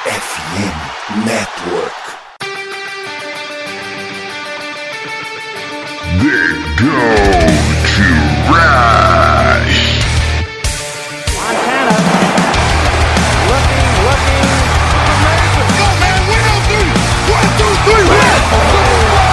FM Network. They go to Rush. Montana looking. Go, man, 1, 2, 3, 1, 2, 3,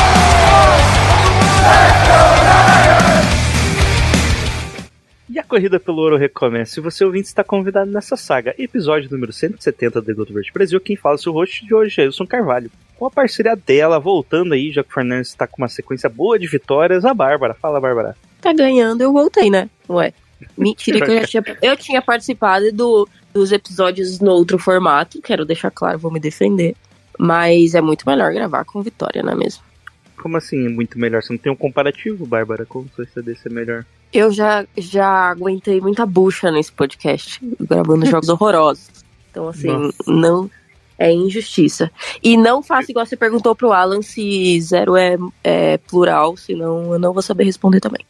E a corrida pelo ouro recomeça. Se você ouvinte está convidado nessa saga, episódio número 170 do The Gold Rush Brasil, quem fala é o seu host de hoje, Jailson Carvalho. Com a parceria dela, voltando aí, já que o Fernandes está com uma sequência boa de vitórias, a Bárbara. Fala, Bárbara. Tá ganhando, eu voltei, né? Ué, mentira que eu tinha participado dos episódios no outro formato, quero deixar claro, vou me defender. Mas é muito melhor gravar com vitória, não é mesmo? Como assim é muito melhor? Você não tem um comparativo, Bárbara? Como você saber se é melhor? Eu já aguentei muita bucha nesse podcast, gravando jogos horrorosos. Então, assim, Nossa. não é injustiça. E não faça igual você perguntou pro Alan se 0 é plural, senão eu não vou saber responder também.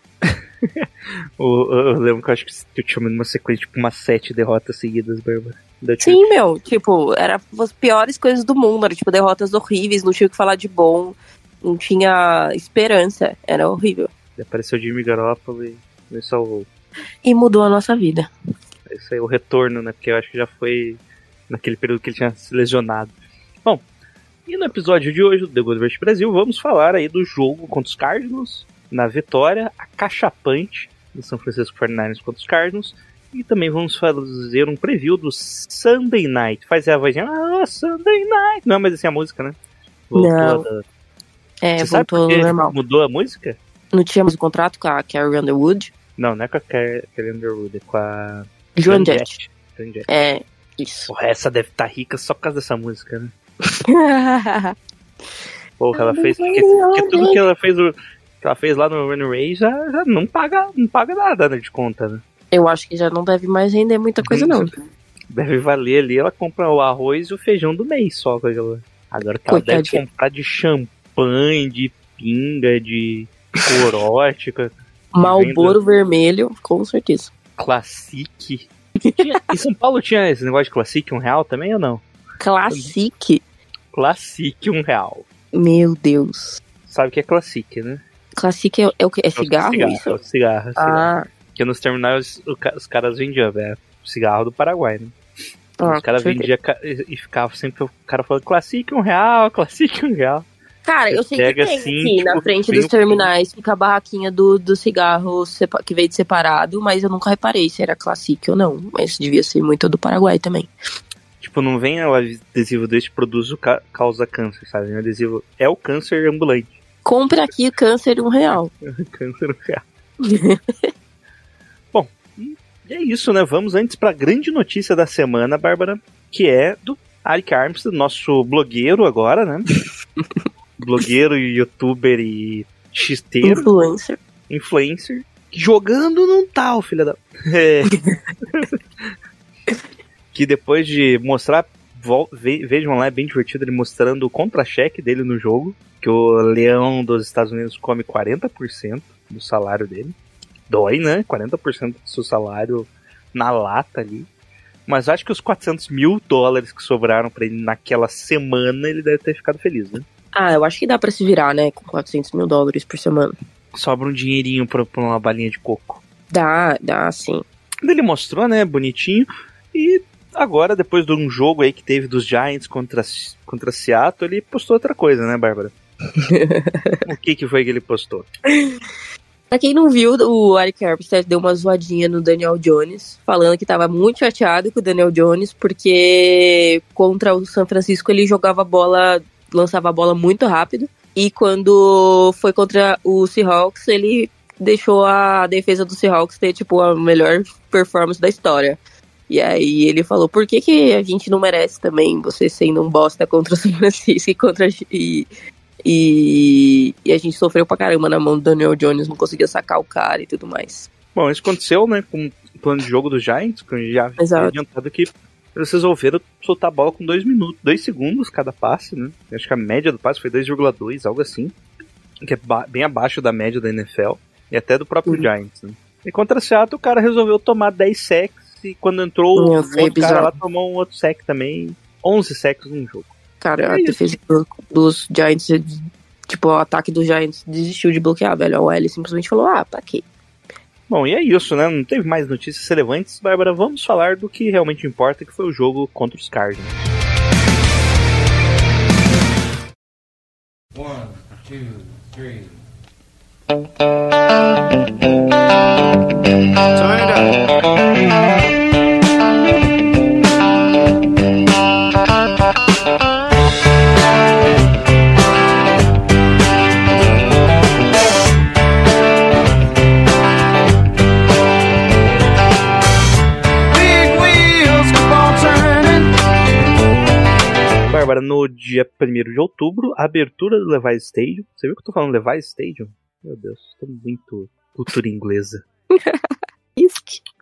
Eu lembro que eu acho que eu te chamei numa sequência, tipo, umas 7 derrotas seguidas, Bárbara. Sim, meu, tipo, era as piores coisas do mundo, era tipo derrotas horríveis, não tinha o que falar de bom, não tinha esperança, era horrível. Apareceu o Jimmy Garoppolo e me salvou. E mudou a nossa vida. Isso aí, o retorno, né? Porque eu acho que já foi naquele período que ele tinha se lesionado. Bom, e no episódio de hoje do The Gold Rush Brasil, vamos falar aí do jogo contra os Cardinals, na vitória acachapante do San Francisco 49ers contra os Cardinals, e também vamos fazer um preview do Sunday Night. Faz a vozinha, Sunday Night! Não, mas assim, a música, né? Não. Você sabe por que normal. mudou a música? Não tínhamos um contrato com a Carrie Underwood? Não é com a Carrie Underwood, é com a Joan Jett. Joan Jett. É, isso. Porra, essa deve estar rica só por causa dessa música, né? Porra, ela fez. Porque tudo que ela fez lá no Run Ray já não paga nada, né, de conta, né? Eu acho que já não deve mais render muita coisa, não. Deve valer ali, ela compra o arroz e o feijão do mês só com aquela. Agora que ela deve comprar de champanhe, de pinga, de corote. Marlboro vermelho, com certeza. Classic. Em São Paulo tinha esse negócio de Classic R$1 também ou não? Classic? Classic R$1. Meu Deus. Sabe o que é Classic, né? Classic é o que? É cigarro? Cigarro, isso? Cigarro. Ah. Porque nos terminais os caras vendiam, velho. Cigarro do Paraguai, né? Os caras vendiam e ficava sempre o cara falando Classic R$1, Classic R$1. Cara, eu sei que tem assim, aqui tipo, na frente dos terminais, fica a barraquinha do cigarro que veio de separado, mas eu nunca reparei se era Classic ou não. Mas devia ser muito do Paraguai também. Tipo, não vem o adesivo deste produto causa câncer, sabe? O adesivo é o câncer ambulante. Compre aqui câncer R$1. Câncer R$1. Bom, e é isso, né? Vamos antes pra grande notícia da semana, Bárbara, que é do Arik Armstead, nosso blogueiro agora, né? Blogueiro, youtuber e xisteiro. Influencer. Jogando num tal, filha da... Que depois de mostrar... Vejam lá, é bem divertido ele mostrando o contra-cheque dele no jogo. Que o leão dos Estados Unidos come 40% do salário dele. Dói, né? 40% do seu salário na lata ali. Mas acho que os $400 mil que sobraram pra ele naquela semana, ele deve ter ficado feliz, né? Ah, eu acho que dá pra se virar, né? Com $400 mil por semana. Sobra um dinheirinho pra uma balinha de coco. Dá sim. Ele mostrou, né? Bonitinho. E agora, depois de um jogo aí que teve dos Giants contra Seattle, ele postou outra coisa, né, Bárbara? O que foi que ele postou? Pra quem não viu, o Arik Armstead deu uma zoadinha no Daniel Jones, falando que tava muito chateado com o Daniel Jones, porque contra o San Francisco ele lançava a bola muito rápido, e quando foi contra o Seahawks, ele deixou a defesa do Seahawks ter, tipo, a melhor performance da história. E aí ele falou, por que a gente não merece também você sendo um bosta contra o San Francisco e a gente sofreu pra caramba na mão do Daniel Jones, não conseguia sacar o cara e tudo mais. Bom, isso aconteceu, né, com o plano de jogo do Giants, que eu já havia adiantado que eles resolveram soltar a bola com 2 segundos cada passe, né? Acho que a média do passe foi 2,2, algo assim, que é bem abaixo da média da NFL e até do próprio Giants, né? E contra a Seattle, o cara resolveu tomar 10 sacks e quando entrou o outro cara lá, tomou um outro sack também 11 sacks num jogo. Cara, a defesa dos Giants, tipo, o ataque dos Giants desistiu de bloquear, velho. A OL simplesmente falou, pra quê? Bom, e é isso, né? Não teve mais notícias relevantes. Bárbara, vamos falar do que realmente importa, que foi o jogo contra os Cardinals. 1, 2, 3. Turn it up. Bárbara, no dia 1º de outubro, a abertura do Levi's Stadium. Você viu que eu tô falando Levi's Stadium? Meu Deus, tô muito cultura inglesa. Isso.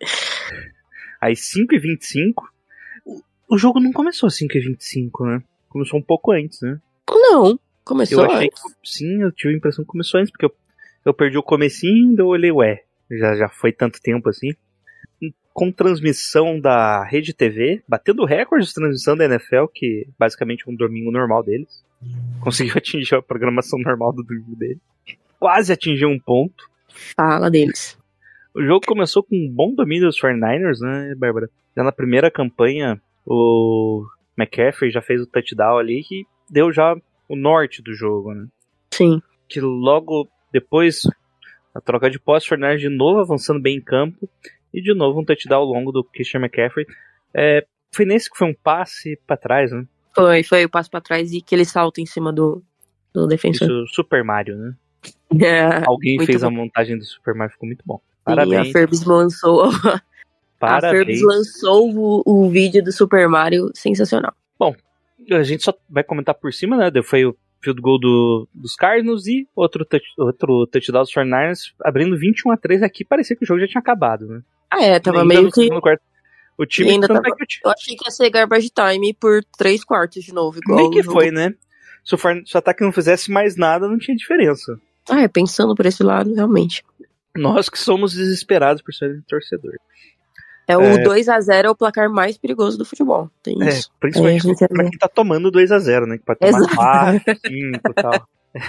Às 5h25. O jogo não começou às 5h25, né? Começou um pouco antes, né? Não, começou eu achei antes. Sim, eu tive a impressão que começou antes, porque eu perdi o comecinho, daí eu olhei, já foi tanto tempo assim. Com transmissão da Rede TV, batendo recorde de transmissão da NFL, que basicamente é um domingo normal deles. Conseguiu atingir a programação normal do domingo deles. Quase atingiu um ponto. Fala deles. O jogo começou com um bom domínio dos 49ers, né, Bárbara? Já na primeira campanha, o McCaffrey já fez o touchdown ali, que deu já o norte do jogo, né? Sim. Que logo depois, a troca de posse, os 49ers de novo avançando bem em campo. E de novo um touchdown longo do Christian McCaffrey. Foi nesse que foi um passe pra trás, né? Foi o passe pra trás e que ele salta em cima do defensor. Isso, Super Mario, né? Alguém fez a montagem do Super Mario, ficou muito bom. Parabéns. Sim, a Ferbis lançou. Parabéns. A Ferbis lançou o vídeo do Super Mario, sensacional. Bom, a gente só vai comentar por cima, né? Foi o field goal dos Cardinals e outro touchdown dos 49ers, abrindo 21-3 aqui. Parecia que o jogo já tinha acabado, né? Tava meio que... O time ainda tava... Eu achei que ia ser garbage time por 3 quartos de novo. Igual meio que foi, né? Se o ataque não fizesse mais nada, não tinha diferença. Pensando por esse lado, realmente. Nós que somos desesperados por ser torcedor. O 2-0 é o placar mais perigoso do futebol. Tem isso. Principalmente pra quem tá tomando 2-0, né? Que pode tomar 4, 5 e tal.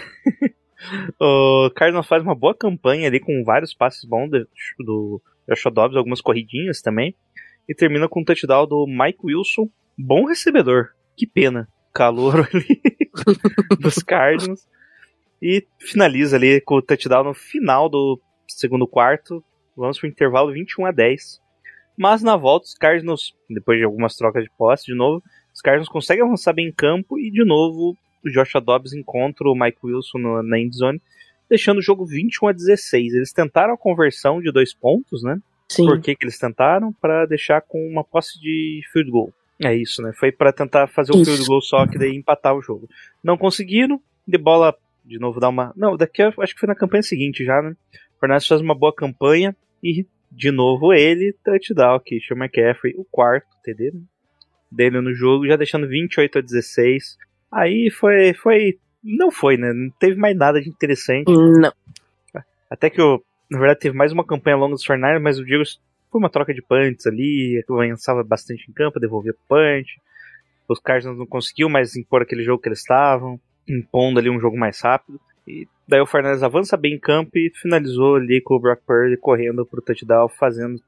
O Cardinals faz uma boa campanha ali com vários passes bons do Joshua Dobbs, algumas corridinhas também. E termina com um touchdown do Mike Wilson. Bom recebedor. Que pena. Calor ali dos Cardinals. E finaliza ali com o touchdown no final do segundo quarto. Vamos pro intervalo 21-10. Mas na volta os Cardinals, depois de algumas trocas de posse de novo, os Cardinals conseguem avançar bem em campo e de novo o Joshua Dobbs encontra o Mike Wilson na endzone, deixando o jogo 21-16. Eles tentaram a conversão de 2 pontos, né? Sim. Por que eles tentaram? Para deixar com uma posse de field goal. É isso, né? Foi para tentar fazer um field goal só, que daí empatar o jogo. Não conseguiram, de bola de novo dar uma... Não, daqui eu acho que foi na campanha seguinte já, né? O Fernandes faz uma boa campanha e de novo ele, touchdown aqui, Christian McCaffrey, o quarto TD, né, dele no jogo, já deixando 28-16. Aí não foi, né? Não teve mais nada de interessante. Não. Até que na verdade teve mais uma campanha longa dos 49ers, mas o Diego foi uma troca de punts ali, avançava bastante em campo, devolvia punch. Os Cardinals não conseguiu mais impor aquele jogo que eles estavam, impondo ali um jogo mais rápido. E daí o Fernandes avança bem em campo e finalizou ali com o Brock Purdy correndo pro touchdown, fazendo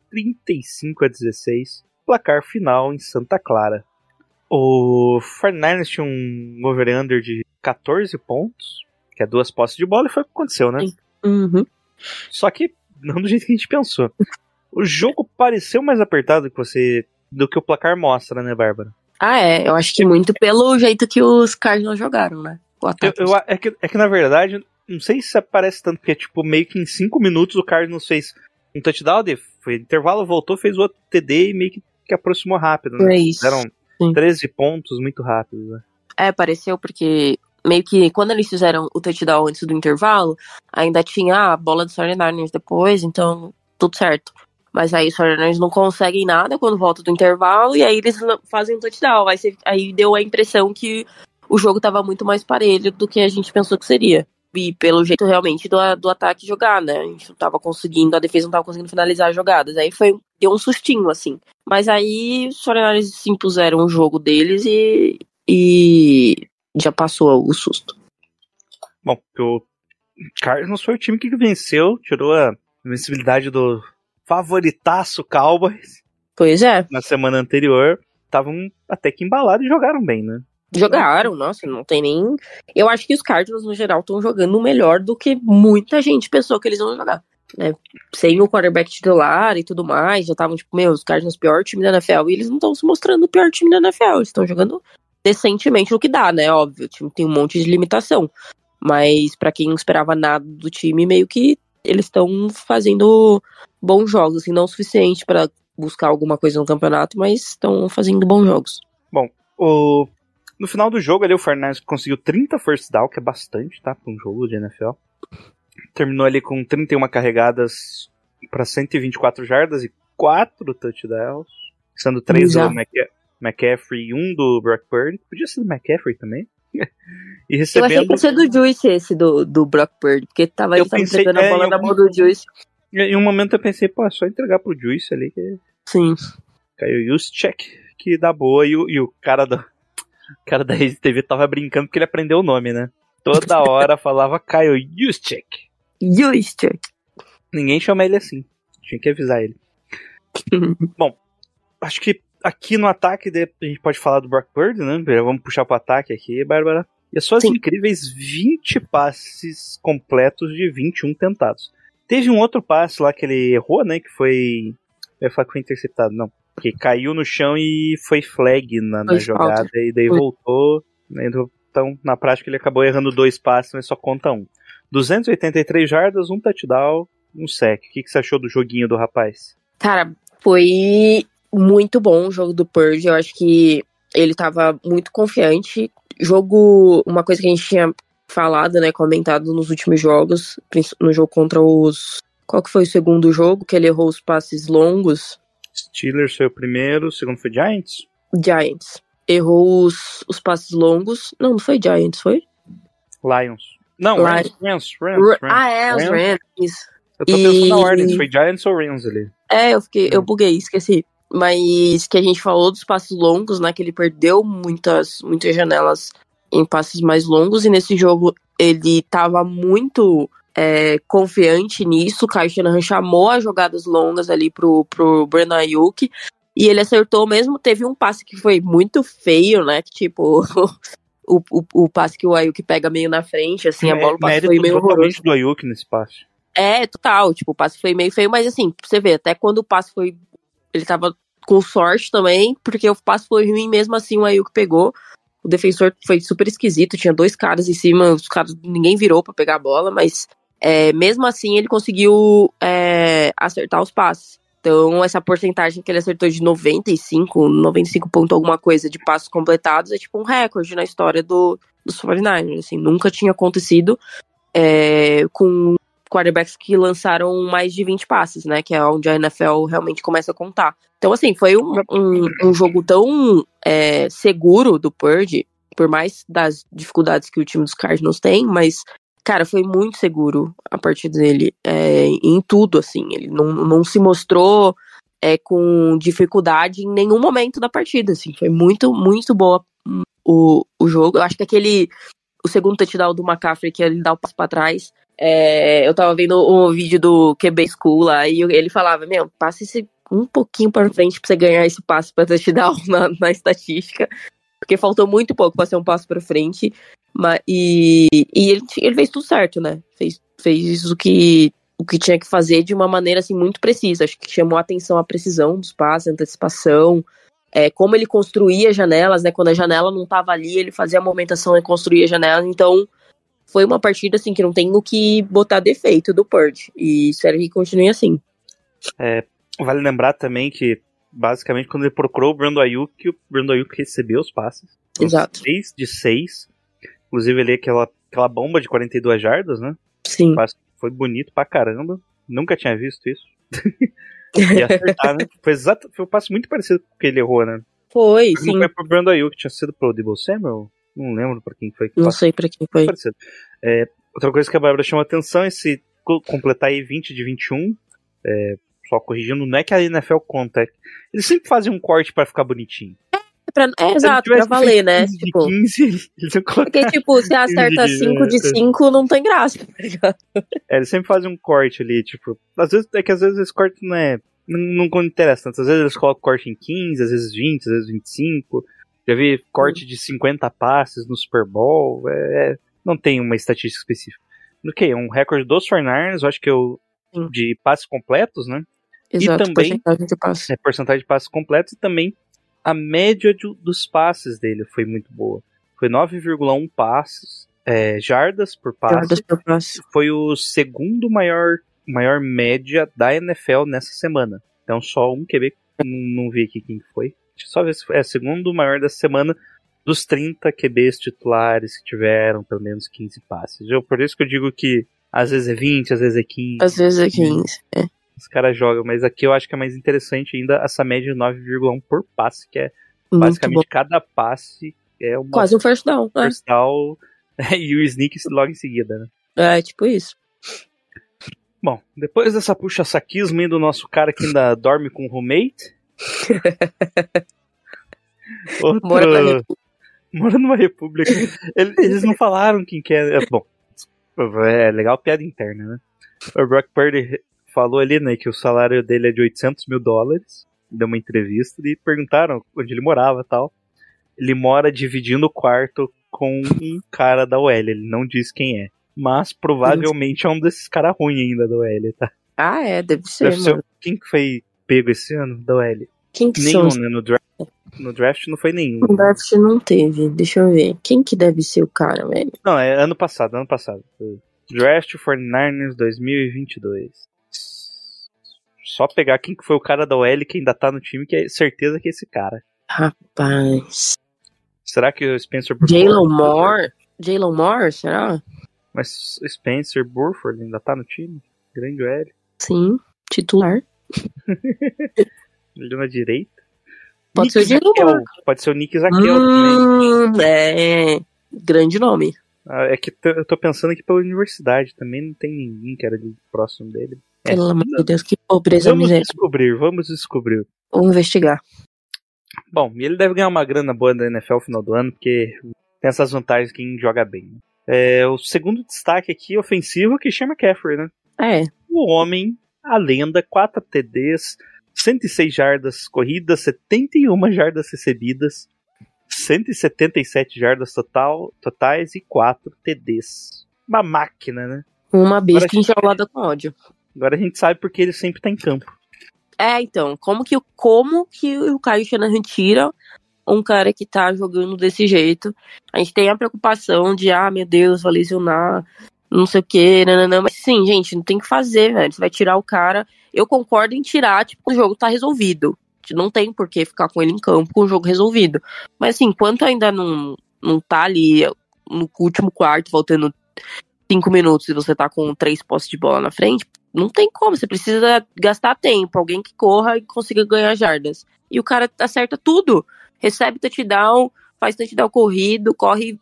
35-16. Placar final em Santa Clara. O 49ers tinha um over-under de 14 pontos, que é 2 posses de bola, e foi o que aconteceu, né? Uhum. Só que não do jeito que a gente pensou. O jogo pareceu mais apertado do que o placar mostra, né, Bárbara? Eu acho que muito pelo jeito que os Cardinals jogaram, né? É que na verdade, não sei se aparece tanto, porque tipo, meio que em 5 minutos o Cardinals fez um touchdown, foi intervalo, voltou, fez outro TD e meio que aproximou rápido, né? É isso. Fizeram 13 pontos muito rápidos, né? Pareceu porque meio que quando eles fizeram o touchdown antes do intervalo, ainda tinha a bola dos 49ers depois, então tudo certo. Mas aí os 49ers não conseguem nada quando volta do intervalo e aí eles fazem um touchdown. Aí deu a impressão que o jogo tava muito mais parelho do que a gente pensou que seria. pelo jeito realmente do ataque jogar, né? A gente não tava conseguindo, a defesa não tava conseguindo finalizar as jogadas. Aí deu um sustinho, assim. Mas aí os 49ers se impuseram o jogo deles e já passou o susto. Bom, o Cardinals foi o time que venceu, tirou a invencibilidade do favoritaço Cowboys. Pois é. Na semana anterior, estavam até que embalados e jogaram bem, né? Jogaram, nossa, não tem nem... Eu acho que os Cardinals, no geral, estão jogando melhor do que muita gente pensou que eles iam jogar. Né? Sem o quarterback titular e tudo mais, já estavam tipo, os Cardinals pior time da NFL, e eles não estão se mostrando o pior time da NFL, eles estão jogando decentemente no que dá, né, óbvio, o time tem um monte de limitação, mas pra quem não esperava nada do time, meio que eles estão fazendo bons jogos, assim, não o suficiente pra buscar alguma coisa no campeonato, mas estão fazendo bons jogos. Bom, no final do jogo ali o Fernandes conseguiu 30 first down, que é bastante, tá, pra um jogo de NFL. Terminou ali com 31 carregadas para 124 jardas e 4 touchdowns, sendo 3 do McCaffrey e 1 do Brock Purdy. Podia ser do McCaffrey também. E recebendo... Eu achei que ia ser do Juice esse do Brock Purdy, porque ele tava entregando a bola na mão do Juice. Em um momento eu pensei, pô, é só entregar pro Juice ali que... Sim. Caiu o Juszczyk, que dá boa, e o cara da Rede TV tava brincando porque ele aprendeu o nome, né? Toda hora falava Kyle Juszczyk. Juszczyk. Ninguém chama ele assim. Tinha que avisar ele. Bom, acho que aqui no ataque a gente pode falar do Brock Purdy, né? Vamos puxar pro ataque aqui, Bárbara. E as suas incríveis 20 passes completos de 21 tentados. Teve um outro passe lá que ele errou, né? Que foi... Eu ia falar que foi interceptado, não. Que caiu no chão e foi flag na jogada. E daí voltou. Né? Então, na prática, ele acabou errando 2 passes, mas só conta 1. 283 jardas, 1 touchdown, 1 sec. O que você achou do joguinho do rapaz? Cara, foi muito bom o jogo do Purdy. Eu acho que ele tava muito confiante. Uma coisa que a gente tinha falado, né, comentado nos últimos jogos, no jogo contra os... Qual que foi o segundo jogo? Que ele errou os passes longos. Steelers foi o primeiro, o segundo foi Giants? Giants. Errou os passes longos. Não foi Giants, foi? Lions. Não, Rams. Os Rams. Eu tô pensando na ordem, se foi Giants ou Rams ali. Eu buguei, esqueci. Mas que a gente falou dos passes longos, né? Que ele perdeu muitas janelas em passes mais longos. E nesse jogo ele tava muito confiante nisso. O Kyle Shanahan chamou as jogadas longas ali pro Brandon Ayuk. E ele acertou mesmo. Teve um passe que foi muito feio, né? Que tipo... O passe que o Ayuk pega meio na frente, assim, a bola foi meio horroroso. Do Ayuk nesse passe. Total, tipo, o passe foi meio feio, mas assim, pra você ver, até quando o passe foi... Ele tava com sorte também, porque o passe foi ruim, mesmo assim o Ayuk pegou. O defensor foi super esquisito, tinha 2 caras em cima, ninguém virou pra pegar a bola, mas mesmo assim ele conseguiu acertar os passes. Então, essa porcentagem que ele acertou de 95 ponto alguma coisa de passos completados é tipo um recorde na história dos 49ers. Assim, nunca tinha acontecido com quarterbacks que lançaram mais de 20 passes, né? Que é onde a NFL realmente começa a contar. Então, assim, foi um jogo tão seguro do Purdy, por mais das dificuldades que o time dos Cardinals tem, mas... Cara, foi muito seguro a partida dele em tudo, assim. Ele não se mostrou com dificuldade em nenhum momento da partida, assim. Foi muito, muito boa o jogo. Eu acho que o segundo touchdown do McCaffrey, que ele dá o passo pra trás, eu tava vendo um vídeo do QB School lá, e ele falava, passe esse um pouquinho pra frente pra você ganhar esse passo pra touchdown na estatística, porque faltou muito pouco pra ser um passo pra frente. E ele fez tudo certo, né? Fez o que tinha que fazer de uma maneira assim, muito precisa. Acho que chamou a atenção a precisão dos passes, a antecipação, como ele construía janelas, né? Quando a janela não estava ali, ele fazia a movimentação e construía janelas. Então, foi uma partida assim que não tem o que botar defeito do Purdy. E espero que continue assim. Vale lembrar também que, basicamente, quando ele procurou o Brandon Ayuk recebeu os passes. Exato. 6 de 6. Inclusive ali aquela bomba de 42 jardas, né? Sim. Foi bonito pra caramba. Nunca tinha visto isso. E acertar, né? Foi um passe muito parecido com o que ele errou, né? Foi, sim. Não foi pro Brandon Ayuk, tinha sido pro Deebo Samuel? Não lembro pra quem foi. Não sei pra quem foi. Parecido. Outra coisa que a Bárbara chama atenção é se completar aí 20 de 21, só corrigindo, não é que a NFL conta, eles sempre fazem um corte pra ficar bonitinho. Exato, pra valer, né? 15 de 15, eles iam colocar porque, tipo, se acerta 5 de 5, não tem graça, tá ligado? Eles sempre fazem um corte ali, tipo, às vezes esse corte não interessa tanto, às vezes eles colocam corte em 15, às vezes 20, às vezes 25, já vi corte de 50 passes no Super Bowl, não tem uma estatística específica. Ok, um recorde dos 49ers, eu acho que de passes completos, né? Exato, e também porcentagem de passes. Porcentagem de passes completos, e também a média dos passes dele foi muito boa. Foi 9,1 passes, jardas por passe. Jardas por passe. Foi o segundo maior média da NFL nessa semana. Então só um QB, não vi aqui quem foi. Deixa eu só ver se foi. Segundo maior dessa semana dos 30 QBs titulares que tiveram pelo menos 15 passes. Por isso que eu digo que às vezes é 20, às vezes é 15. Às vezes é 15, Os caras jogam, mas aqui eu acho que é mais interessante ainda essa média de 9,1 por passe, que é basicamente cada passe é uma... Quase um first down. First down e o sneak logo em seguida, né? Tipo isso. Bom, depois dessa puxa-saquismo aí do nosso cara que ainda dorme com o roommate... Mora numa república. Eles não falaram quem que é. Bom, é legal piada interna, né? O Brock Purdy falou ali, né, que o salário dele é de $800 mil. Deu uma entrevista e perguntaram onde ele morava e tal. Ele mora dividindo o quarto com um cara da OL. Ele não diz quem é. Mas provavelmente é um desses caras ruins ainda da OL, tá? Deve ser, mano. Quem que foi pego esse ano da OL? Quem que nenhum, são? Né? No draft não foi nenhum. No draft não teve. Deixa eu ver. Quem que deve ser o cara, velho? Não, é ano passado. Draft 49ers 2022. Só pegar quem que foi o cara da OL que ainda tá no time, que é certeza que é esse cara. Rapaz. Será que o Spencer Burford? Jalen Moore, será? Mas Spencer Burford ainda tá no time? Grande OL. Sim, titular. Ele na direita. Pode ser o Jalen Moore. Pode ser o Nick Zaqueu também. Grande nome. É que eu tô pensando aqui pela universidade também, não tem ninguém que era próximo dele. Pelo amor de Deus, que pobreza miséria. Vamos descobrir. Vamos investigar. Bom, e ele deve ganhar uma grana boa da NFL no final do ano, porque tem essas vantagens quem joga bem. O segundo destaque aqui, ofensivo, que chama McCaffrey, né? O homem, a lenda, 4 TDs, 106 jardas corridas, 71 jardas recebidas, 177 jardas totais e 4 TDs. Uma máquina, né? Uma bicha enjaulada com ódio. Agora a gente sabe porque ele sempre tá em campo. Então, como que o Kyle Shanahan tira um cara que tá jogando desse jeito? A gente tem a preocupação de, meu Deus, vai lesionar, não sei o que, mas sim, gente, não tem o que fazer, velho. Você vai tirar o cara. Eu concordo em tirar, tipo, o jogo tá resolvido. Não tem por que ficar com ele em campo com o jogo resolvido. Mas assim, enquanto ainda não tá ali no último quarto, faltando 5 minutos e você tá com 3 posses de bola na frente, não tem como, você precisa gastar tempo, alguém que corra e consiga ganhar jardas. E o cara acerta tudo, recebe touchdown, faz touchdown corrido, corre,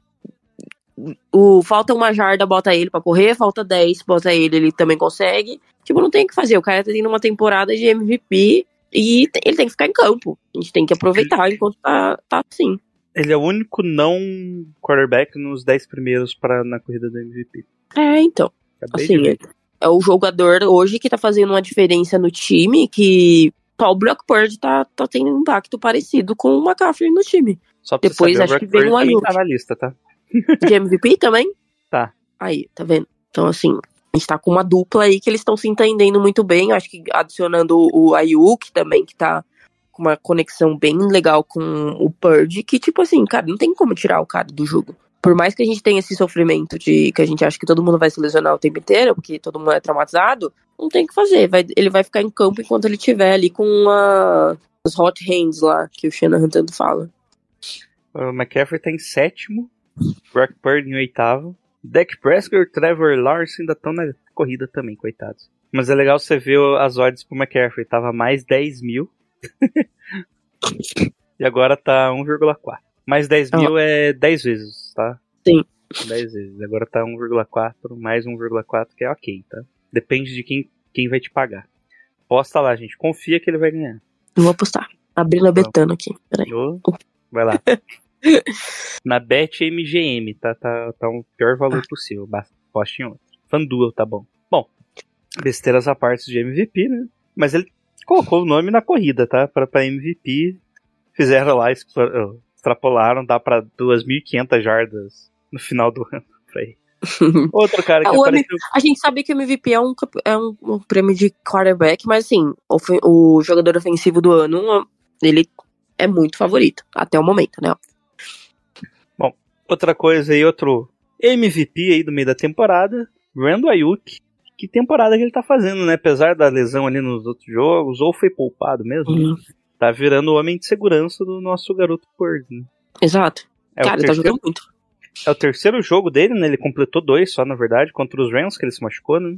falta 1 jarda, bota ele pra correr, falta 10, bota ele também consegue. Tipo, não tem o que fazer, o cara tá tendo uma temporada de MVP e ele tem que ficar em campo. A gente tem que aproveitar enquanto tá assim. Ele é o único não quarterback nos 10 primeiros na corrida do MVP. Então. Assim, é o jogador hoje que tá fazendo uma diferença no time, que o Brock Purdy tá tendo um impacto parecido com o McCaffrey no time. Só pra depois saber, acho que vem o Ayuk. Tá na lista, tá? De MVP também? Tá. Aí, tá vendo? Então, assim, a gente tá com uma dupla aí que eles estão se entendendo muito bem. Eu acho que adicionando o Ayuk também, que tá com uma conexão bem legal com o Purdy, que, tipo assim, cara, não tem como tirar o cara do jogo. Por mais que a gente tenha esse sofrimento de que a gente acha que todo mundo vai se lesionar o tempo inteiro, porque todo mundo é traumatizado, não tem o que fazer. Ele vai ficar em campo enquanto ele estiver ali com as hot hands lá, que o Shanahan tanto fala. O McCaffrey tá em 7º, Brock Purdy em 8º, Dak Prescott e Trevor Lawrence ainda estão na corrida também, coitados. Mas é legal você ver as odds pro McCaffrey, tava mais 10 mil, e agora tá 1,4. Mais 10 mil é 10 vezes, tá? Sim. 10 vezes. Agora tá 1,4 mais 1,4, que é ok, tá? Depende de quem vai te pagar. Posta lá, gente. Confia que ele vai ganhar. Eu vou apostar. Abrindo a Betano aqui. Peraí. Vai lá. Na Bet MGM, tá um pior valor possível. Poste em outro. FanDuel, tá bom. Bom, besteiras à parte de MVP, né? Mas ele colocou o nome na corrida, tá? Pra MVP. Fizeram lá, extrapolaram, dá pra 2.500 jardas no final do ano. Outro cara que apareceu... A gente sabe que o MVP é um prêmio de quarterback, mas assim, o jogador ofensivo do ano, ele é muito favorito, até o momento, né? Bom, outra coisa aí, outro MVP aí do meio da temporada, Randall Ayuk. Que temporada que ele tá fazendo, né? Apesar da lesão ali nos outros jogos, ou foi poupado mesmo, tá virando o homem de segurança do nosso garoto Purdy, né? Exato. Cara, ele tá jogando muito. É o terceiro jogo dele, né? Ele completou 2 só, na verdade, contra os Rams, que ele se machucou, né?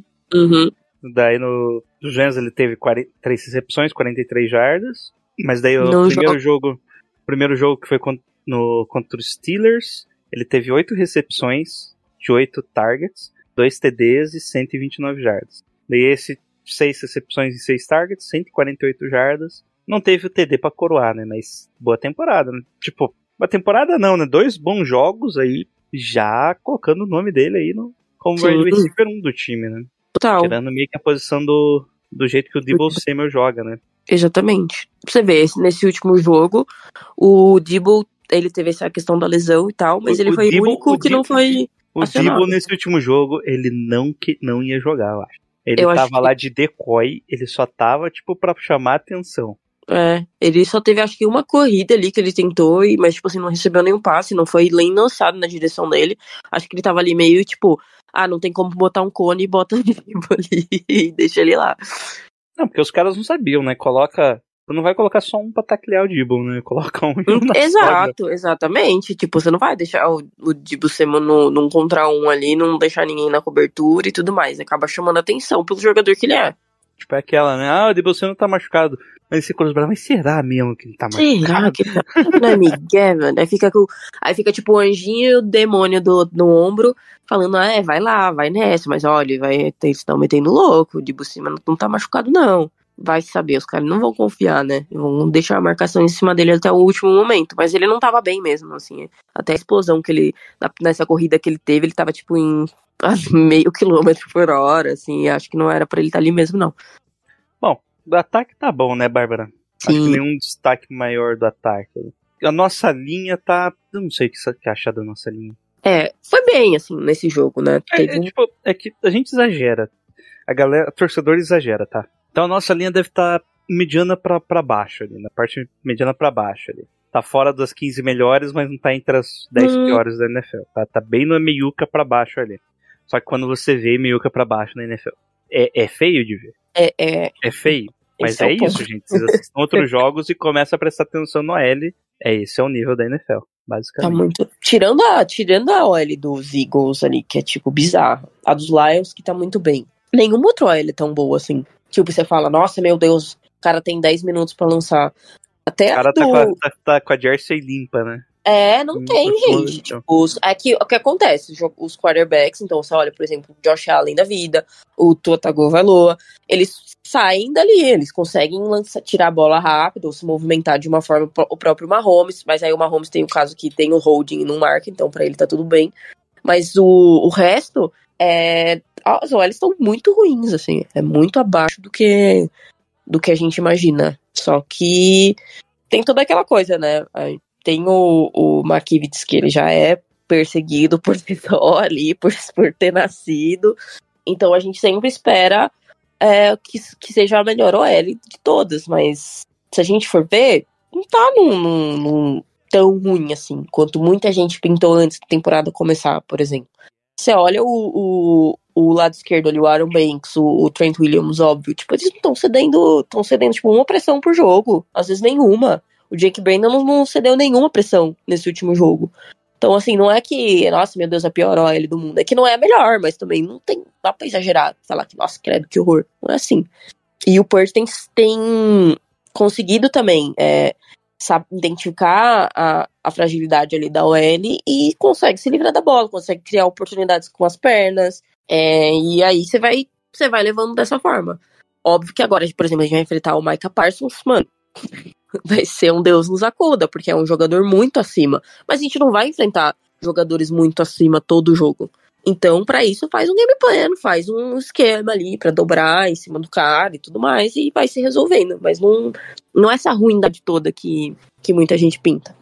Daí dos Rams ele teve 3 recepções, 43 jardas. Mas daí o primeiro jogo que foi contra os Steelers, ele teve 8 recepções de 8 targets, 2 TDs e 129 jardas. Daí esse 6 recepções e 6 targets, 148 jardas. Não teve o TD pra coroar, né? Mas boa temporada, né? Tipo, uma temporada não, né? 2 bons jogos aí, já colocando o nome dele aí como wide receiver 1 do time, né? Total. Tirando meio que a posição do jeito que o Deebo Samuel joga, né? Exatamente. Pra você ver, nesse último jogo, o Deebo, ele teve essa questão da lesão e tal, mas ele foi o único que não foi acionado. O Deebo, nesse último jogo, ele não ia jogar, eu acho. Ele tava lá de decoy, ele só tava, tipo, pra chamar atenção. Ele só teve, acho que uma corrida ali que ele tentou, mas, tipo assim, não recebeu nenhum passe, não foi nem lançado na direção dele. Acho que ele tava ali meio, tipo, não tem como botar um cone e bota o Deebo ali e deixa ele lá. Não, porque os caras não sabiam, né? Tu não vai colocar só um pra taclear o Deebo, né? Coloca um e um na Exato, exatamente. Tipo, você não vai deixar o Deebo Samuel num contra um ali, não deixar ninguém na cobertura e tudo mais. Acaba chamando atenção pelo jogador que ele é. Tipo, é aquela, né? O Deebo Samuel tá machucado. Mas esse Cruz Bravo, mas será mesmo que ele tá machucado? Será que não é Miguel, mano? Aí fica tipo o anjinho e o demônio no ombro, falando, vai lá, vai nessa, mas olha, eles estão metendo louco, o Deebo Samuel não tá machucado, não. Vai saber, os caras não vão confiar, né? Vão deixar a marcação em cima dele até o último momento. Mas ele não tava bem mesmo, assim. Até a explosão que ele... Nessa corrida que ele teve, ele tava, tipo, em meio quilômetro por hora, assim. Acho que não era pra ele estar ali mesmo, não. Bom, do ataque tá bom, né, Bárbara? Sim. Acho que nenhum destaque maior do ataque. A nossa linha tá... Eu não sei o que achar da nossa linha. Foi bem, assim, nesse jogo, né? É que a gente exagera. A torcedor exagera, tá? Então a nossa linha deve estar mediana pra baixo ali, na parte mediana pra baixo ali. Tá fora das 15 melhores, mas não tá entre as 10 piores da NFL. Tá bem no meiuca pra baixo ali. Só que quando você vê meiuca pra baixo na NFL, é feio de ver. É feio. Mas é isso, gente. Vocês assistam outros jogos e começam a prestar atenção no L. Esse é o nível da NFL, basicamente. Tá muito... Tirando a OL dos Eagles ali, que é tipo bizarro. A dos Lions, que tá muito bem. Nenhuma outra OL é tão boa assim. Tipo, você fala, nossa, meu Deus, o cara tem 10 minutos pra lançar. Até o cara tá com a jersey limpa, né? Não tem, gente. Então. Tipo, o que acontece? Os quarterbacks, então você olha, por exemplo, o Josh Allen da vida, o Tua Tagovailoa, eles saem dali, eles conseguem tirar a bola rápido ou se movimentar de uma forma, o próprio Mahomes, mas aí o Mahomes tem o caso que tem o holding e não marca, então pra ele tá tudo bem. Mas o resto, as OLs estão muito ruins, assim, é muito abaixo do que a gente imagina. Só que tem toda aquela coisa, né? Tem o Makivitz, que ele já é perseguido por si só ali, por ter nascido. Então a gente sempre espera que seja a melhor OL de todas, mas se a gente for ver, não tá num tão ruim assim, quanto muita gente pintou antes da temporada começar, por exemplo. Você olha o lado esquerdo ali, o Aaron Banks, o Trent Williams, óbvio, tipo, eles estão cedendo tipo, uma pressão por jogo, às vezes nenhuma. O Jake Brandon não cedeu nenhuma pressão nesse último jogo. Então, assim, não é que, nossa, meu Deus, a pior OL do mundo. É que não é a melhor, mas também não dá pra exagerar. Falar que, nossa, credo, que horror. Não é assim. E o Purdy tem conseguido também sabe identificar a fragilidade ali da OL e consegue se livrar da bola, consegue criar oportunidades com as pernas, e aí você vai levando dessa forma. Óbvio que agora, por exemplo, a gente vai enfrentar o Micah Parsons, mano, vai ser um Deus nos acuda, porque é um jogador muito acima, mas a gente não vai enfrentar jogadores muito acima todo jogo. Então, pra isso, faz um game plan, faz um esquema ali pra dobrar em cima do cara e tudo mais, e vai se resolvendo. Mas não é essa ruindade toda que muita gente pinta.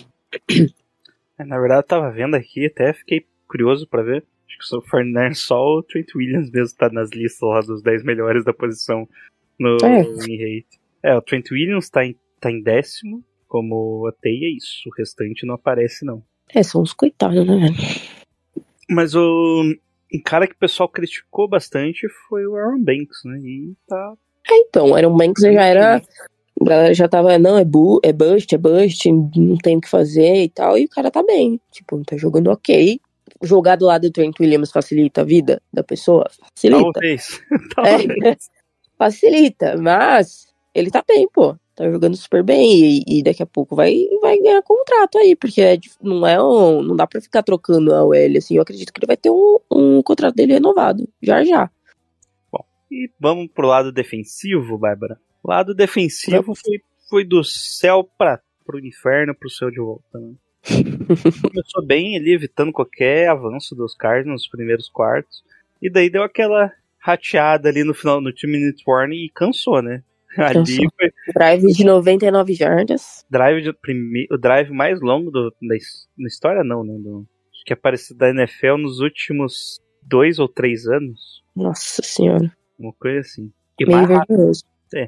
Na verdade, eu tava vendo aqui, até fiquei curioso pra ver. Acho que o Fernandes, só o Trent Williams mesmo tá nas listas lá dos 10 melhores da posição no win rate. O Trent Williams tá em 10º, como até é isso. O restante não aparece, não. São uns coitados, né, velho? Mas um cara que o pessoal criticou bastante foi o Aaron Banks, né? E tá... então, o Aaron Banks já era... A galera já tava, não, é bust, não tem o que fazer e tal. E o cara tá bem, tipo, tá jogando ok. Jogar do lado do Trent Williams facilita a vida da pessoa? Facilita. Talvez. Facilita, mas ele tá bem, pô. Tá jogando super bem e daqui a pouco vai ganhar contrato aí, porque não dá pra ficar trocando a OL, assim. Eu acredito que ele vai ter um contrato dele renovado, já. Bom, e vamos pro lado defensivo, Bárbara. O lado defensivo foi do céu pro inferno, pro céu de volta, né? Começou bem ele, evitando qualquer avanço dos Cardinals nos primeiros quartos, e daí deu aquela rateada ali no final, no 2-minute warning, e cansou, né? Ali foi... Drive de 99 jardas. O drive mais longo na história, não, né? Acho que é parecido da NFL nos últimos 2 ou 3 anos. Nossa senhora. Uma coisa assim. E meio vergonhoso.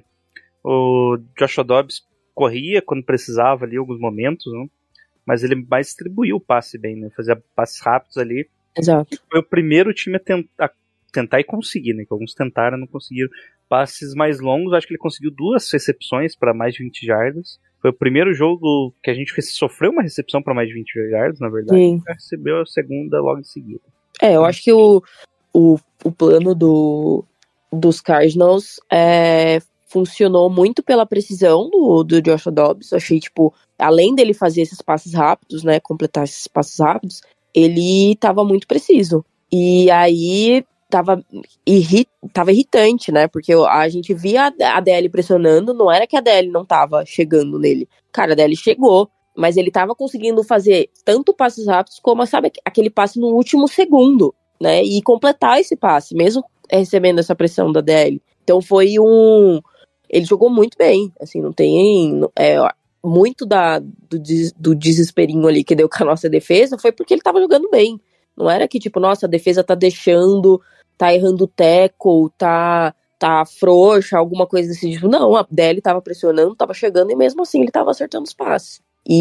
O Joshua Dobbs corria quando precisava ali, em alguns momentos, né? Mas ele mais distribuiu o passe bem, né? Fazia passes rápidos ali. Exato. Foi o primeiro time a tentar e conseguir, né? Que alguns tentaram e não conseguiram. Passes mais longos, acho que ele conseguiu 2 recepções para mais de 20 jardas. Foi o primeiro jogo que a gente sofreu uma recepção para mais de 20 jardas, na verdade. Sim. E recebeu a segunda logo em seguida. Eu acho que o plano dos Cardinals funcionou muito pela precisão do Joshua Dobbs. Eu achei, tipo, além dele fazer esses passes rápidos, né, completar esses passes rápidos, ele tava muito preciso. E aí tava irritante, né, porque a gente via a DL pressionando, não era que a DL não tava chegando nele. Cara, a DL chegou, mas ele tava conseguindo fazer tanto passes rápidos como, sabe, aquele passe no último segundo, né, e completar esse passe, mesmo recebendo essa pressão da DL. Então foi ele jogou muito bem, assim, não tem... muito do desesperinho ali que deu com a nossa defesa foi porque ele tava jogando bem. Não era que, tipo, nossa, a defesa tá deixando, tá errando o tackle, tá frouxa, alguma coisa desse tipo. Não, a DL tava pressionando, tava chegando e mesmo assim ele tava acertando os passes.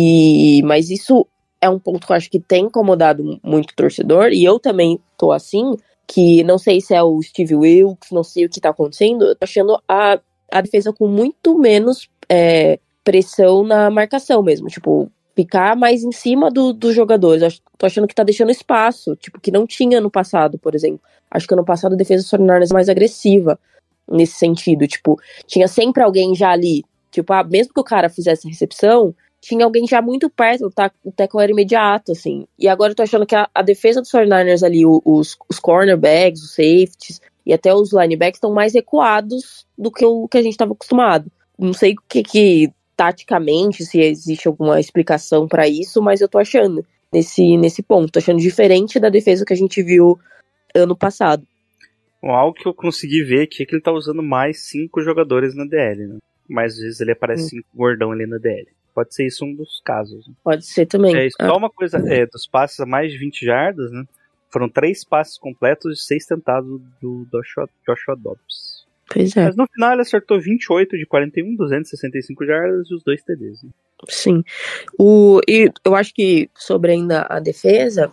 Mas isso é um ponto que eu acho que tem incomodado muito o torcedor, e eu também tô assim, que não sei se é o Steve Wilkes, não sei o que tá acontecendo, eu tô achando a defesa com muito menos pressão na marcação mesmo, tipo, ficar mais em cima dos jogadores. Eu tô achando que tá deixando espaço, tipo, que não tinha no passado, por exemplo. Acho que ano passado a defesa do 49ers é mais agressiva nesse sentido, tipo, tinha sempre alguém já ali, tipo, mesmo que o cara fizesse a recepção, tinha alguém já muito perto, o tackle era imediato, assim. E agora eu tô achando que a defesa dos 49ers ali, os cornerbacks, os safeties e até os linebackers estão mais recuados do que o que a gente tava acostumado. Não sei o que taticamente, se existe alguma explicação pra isso, mas eu tô achando nesse ponto, tô achando diferente da defesa que a gente viu ano passado. Bom, algo que eu consegui ver aqui é que ele tá usando mais 5 jogadores na DL, né? Mas às vezes ele aparece 5 gordão ali na DL. Pode ser isso um dos casos. Né? Pode ser também. Só uma coisa, dos passes a mais de 20 jardas, né? Foram 3 passes completos e 6 tentados do Joshua Dobbs. Pois é. Mas no final ele acertou 28 de 41, 265 jardas e os 2 TDs. Né? Sim. E eu acho que sobre ainda a defesa,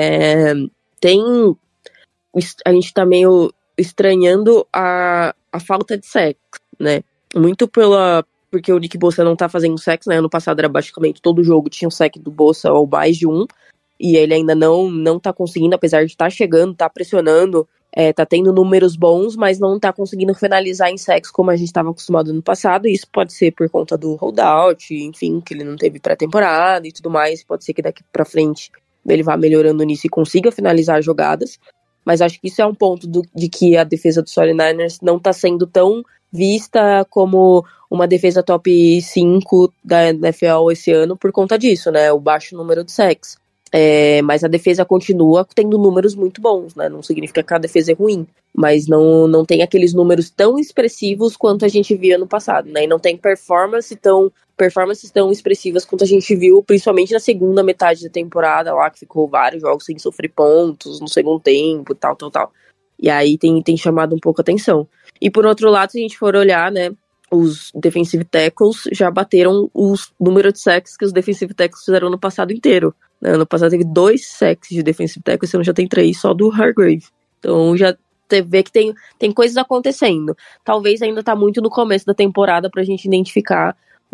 a gente tá meio estranhando a falta de sacks, né? Muito porque o Nick Bosa não tá fazendo sacks, né? Ano passado era basicamente todo jogo tinha um sack do Bosa ou mais de um, e ele ainda não tá conseguindo, apesar de estar chegando, tá pressionando. tá tendo números bons, mas não tá conseguindo finalizar em sacks como a gente estava acostumado no passado. E isso pode ser por conta do holdout, enfim, que ele não teve pré-temporada e tudo mais. Pode ser que daqui pra frente ele vá melhorando nisso e consiga finalizar jogadas. Mas acho que isso é um ponto de que a defesa do 49ers não tá sendo tão vista como uma defesa top 5 da NFL esse ano por conta disso, né? O baixo número de sacks. Mas a defesa continua tendo números muito bons, né? Não significa que a defesa é ruim, mas não tem aqueles números tão expressivos quanto a gente via no passado, né? E não tem performances tão expressivas quanto a gente viu, principalmente na segunda metade da temporada lá, que ficou vários jogos sem sofrer pontos no segundo tempo, tal. E aí tem chamado um pouco a atenção. E por outro lado, se a gente for olhar, né, os defensive tackles já bateram os números de sacks que os defensive tackles fizeram no passado inteiro. Né? Ano passado teve 2 sacks de defensive tackle, esse ano já tem 3 só do Hargrave. Então já vê que tem coisas acontecendo. Talvez ainda tá muito no começo da temporada pra gente identificar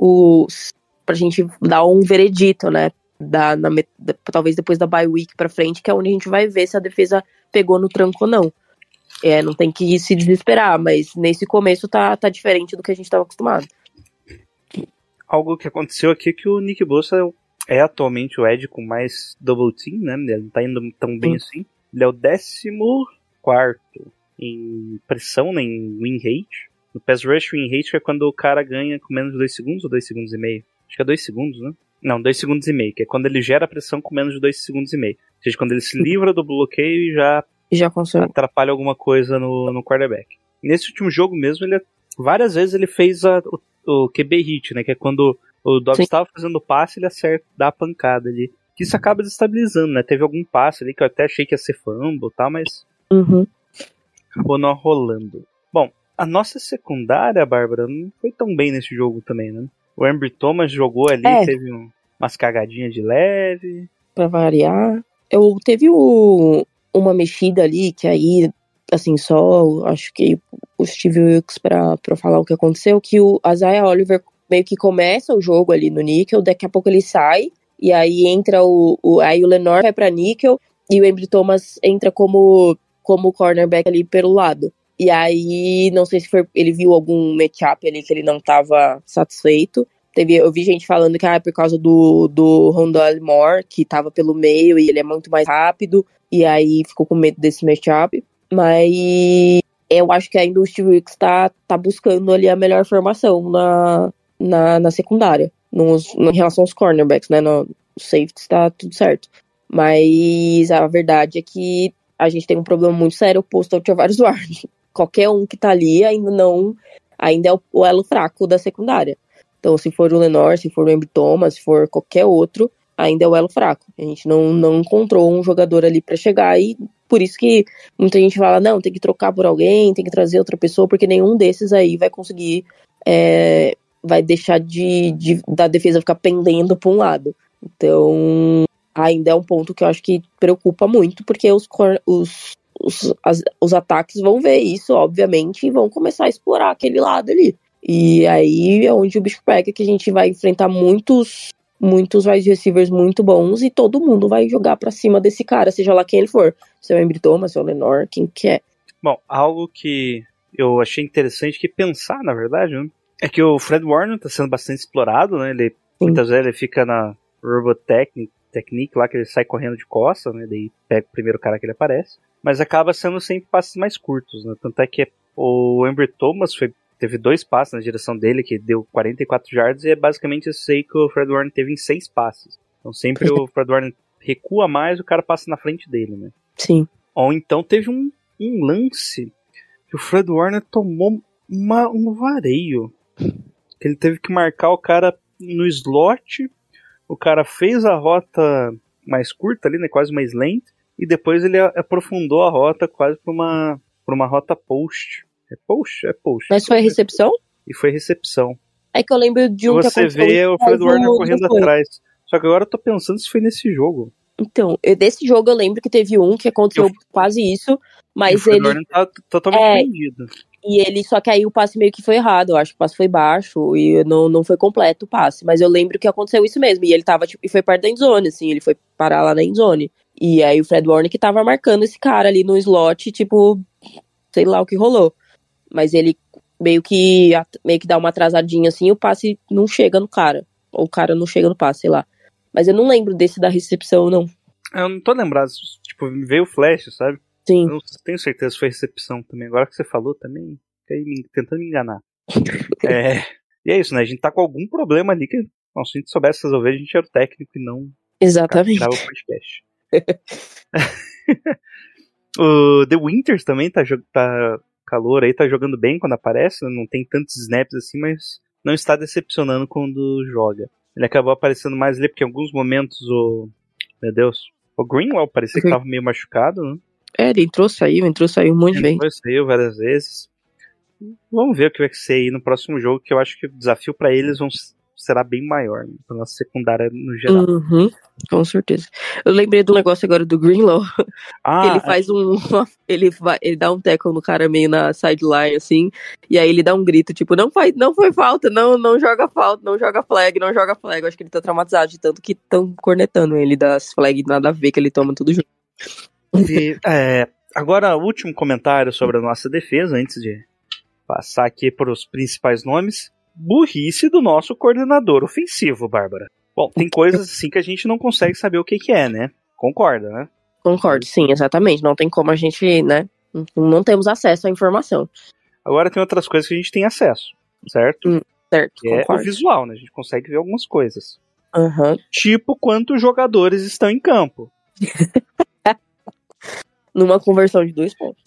pra gente dar um veredito, né? Talvez depois da bye week pra frente, que é onde a gente vai ver se a defesa pegou no tranco ou não. Não tem que se desesperar, mas nesse começo tá diferente do que a gente estava acostumado. Algo que aconteceu aqui é que o Nick Bosa é atualmente o Ed com mais double team, né? Ele não tá indo tão bem assim. Ele é o 14º em pressão, né, em win rate. No pass rush win rate é quando o cara ganha com menos de 2 segundos ou 2 segundos e meio. Acho que é 2 segundos, né? Não, 2 segundos e meio, que é quando ele gera pressão com menos de 2 segundos e meio. Ou seja, quando ele se livra do bloqueio e já atrapalha alguma coisa no quarterback. Nesse último jogo mesmo, várias vezes ele fez o QB hit, né? Que é quando o Dobbs estava fazendo o passe, ele acerta, dá a pancada ali. Que isso acaba desestabilizando, né? Teve algum passe ali que eu até achei que ia ser fumble e tal, mas acabou não rolando. Bom, a nossa secundária, Bárbara, não foi tão bem nesse jogo também, né? O Ambry Thomas jogou ali, teve umas cagadinhas de leve. Pra variar. Teve uma mexida ali, que aí, assim, só acho que o Steve Wilkes pra falar o que aconteceu, que o Isaiah Oliver meio que começa o jogo ali no níquel, daqui a pouco ele sai, e aí entra aí o Lenore vai pra níquel, e o Ambry Thomas entra como cornerback ali pelo lado. E aí, não sei se ele viu algum matchup ali que ele não tava satisfeito. Eu vi gente falando que por causa do Rondale Moore, que tava pelo meio e ele é muito mais rápido, e aí ficou com medo desse matchup. Mas eu acho que ainda o Steve Wilkes tá buscando ali a melhor formação na secundária, em relação aos cornerbacks, né? No safety tá tudo certo. Mas a verdade é que a gente tem um problema muito sério oposto ao Travaris Ward. Qualquer um que tá ali ainda é o elo fraco da secundária. Então, se for o Lenore, se for o Ambry Thomas, se for qualquer outro, ainda é o elo fraco. A gente não encontrou um jogador ali pra chegar, e por isso que muita gente fala, não, tem que trocar por alguém, tem que trazer outra pessoa, porque nenhum desses aí vai conseguir, vai deixar da defesa ficar pendendo pra um lado. Então, ainda é um ponto que eu acho que preocupa muito, porque os ataques vão ver isso, obviamente, e vão começar a explorar aquele lado ali. E aí é onde o bicho pega, que a gente vai enfrentar muitos wide receivers muito bons, e todo mundo vai jogar pra cima desse cara, seja lá quem ele for. Se é o Ambry Thomas, se é o Lenore, quem que é. Bom, algo que eu achei interessante que pensar, na verdade, né, é que o Fred Warner tá sendo bastante explorado, né? Muitas vezes ele fica na Robotechnique lá, que ele sai correndo de costa, né? Daí pega o primeiro cara que ele aparece. Mas acaba sendo sempre passes mais curtos, né? Tanto é que o Ambry Thomas teve 2 passes na direção dele, que deu 44 yards, e é basicamente isso aí que o Fred Warner teve em 6 passes. Então sempre o Fred Warner recua mais, o cara passa na frente dele, né? Sim. Ou então teve um lance que o Fred Warner tomou um vareio. Ele teve que marcar o cara no slot, o cara fez a rota mais curta ali, né? Quase uma slant, e depois ele aprofundou a rota quase por uma rota post. É post? É post. Mas foi recepção? E foi recepção. É que eu lembro de um que aconteceu. Você vê o Fred Warner correndo atrás. Só que agora eu tô pensando se foi nesse jogo. Então, desse jogo eu lembro que teve um que aconteceu quase isso, mas o Fred Warner tá totalmente perdido. E só que aí o passe meio que foi errado, eu acho que o passe foi baixo e não foi completo o passe, mas eu lembro que aconteceu isso mesmo, e ele tava, e foi perto da endzone, assim, ele foi parar lá na endzone. E aí o Fred Warner que tava marcando esse cara ali no slot, tipo, sei lá o que rolou. Mas ele meio que dá uma atrasadinha assim, o passe não chega no cara. Ou o cara não chega no passe, sei lá. Mas eu não lembro desse da recepção, não. Eu não tô lembrado, tipo, me veio o flash, sabe? Sim. Eu não tenho certeza se foi recepção também. Agora que você falou também, fiquei tentando me enganar. E é isso, né? A gente tá com algum problema ali que, bom, se a gente soubesse resolver, a gente era o técnico e não Exatamente. o podcast. O The Winters também tá calor aí, tá jogando bem quando aparece, não tem tantos snaps assim, mas não está decepcionando quando joga. Ele acabou aparecendo mais ali, porque em alguns momentos meu Deus, o Greenwell parecia que tava meio machucado, né? Ele entrou, saiu um monte de vezes. Saiu várias vezes. Vamos ver o que vai ser aí no próximo jogo, que eu acho que o desafio pra eles será bem maior, né, pra nossa secundária no geral. Uhum, com certeza. Eu lembrei do negócio agora do Greenlaw. Ele faz ele dá um tackle no cara meio na sideline, assim, e aí ele dá um grito, tipo, não foi falta, não joga falta, não joga flag. Eu acho que ele tá traumatizado de tanto que estão cornetando ele das flag, nada a ver que ele toma tudo junto. Agora, o último comentário sobre a nossa defesa, antes de passar aqui para os principais nomes. Burrice do nosso coordenador ofensivo, Bárbara. Bom, tem coisas assim que a gente não consegue saber o que é, né? Concorda, né? Concordo, sim, exatamente. Não tem como a gente, né? Não temos acesso à informação. Agora tem outras coisas que a gente tem acesso, certo? Certo, que concordo. É o visual, né? A gente consegue ver algumas coisas. Uhum. Tipo, quantos jogadores estão em campo. Numa conversão de 2 pontos.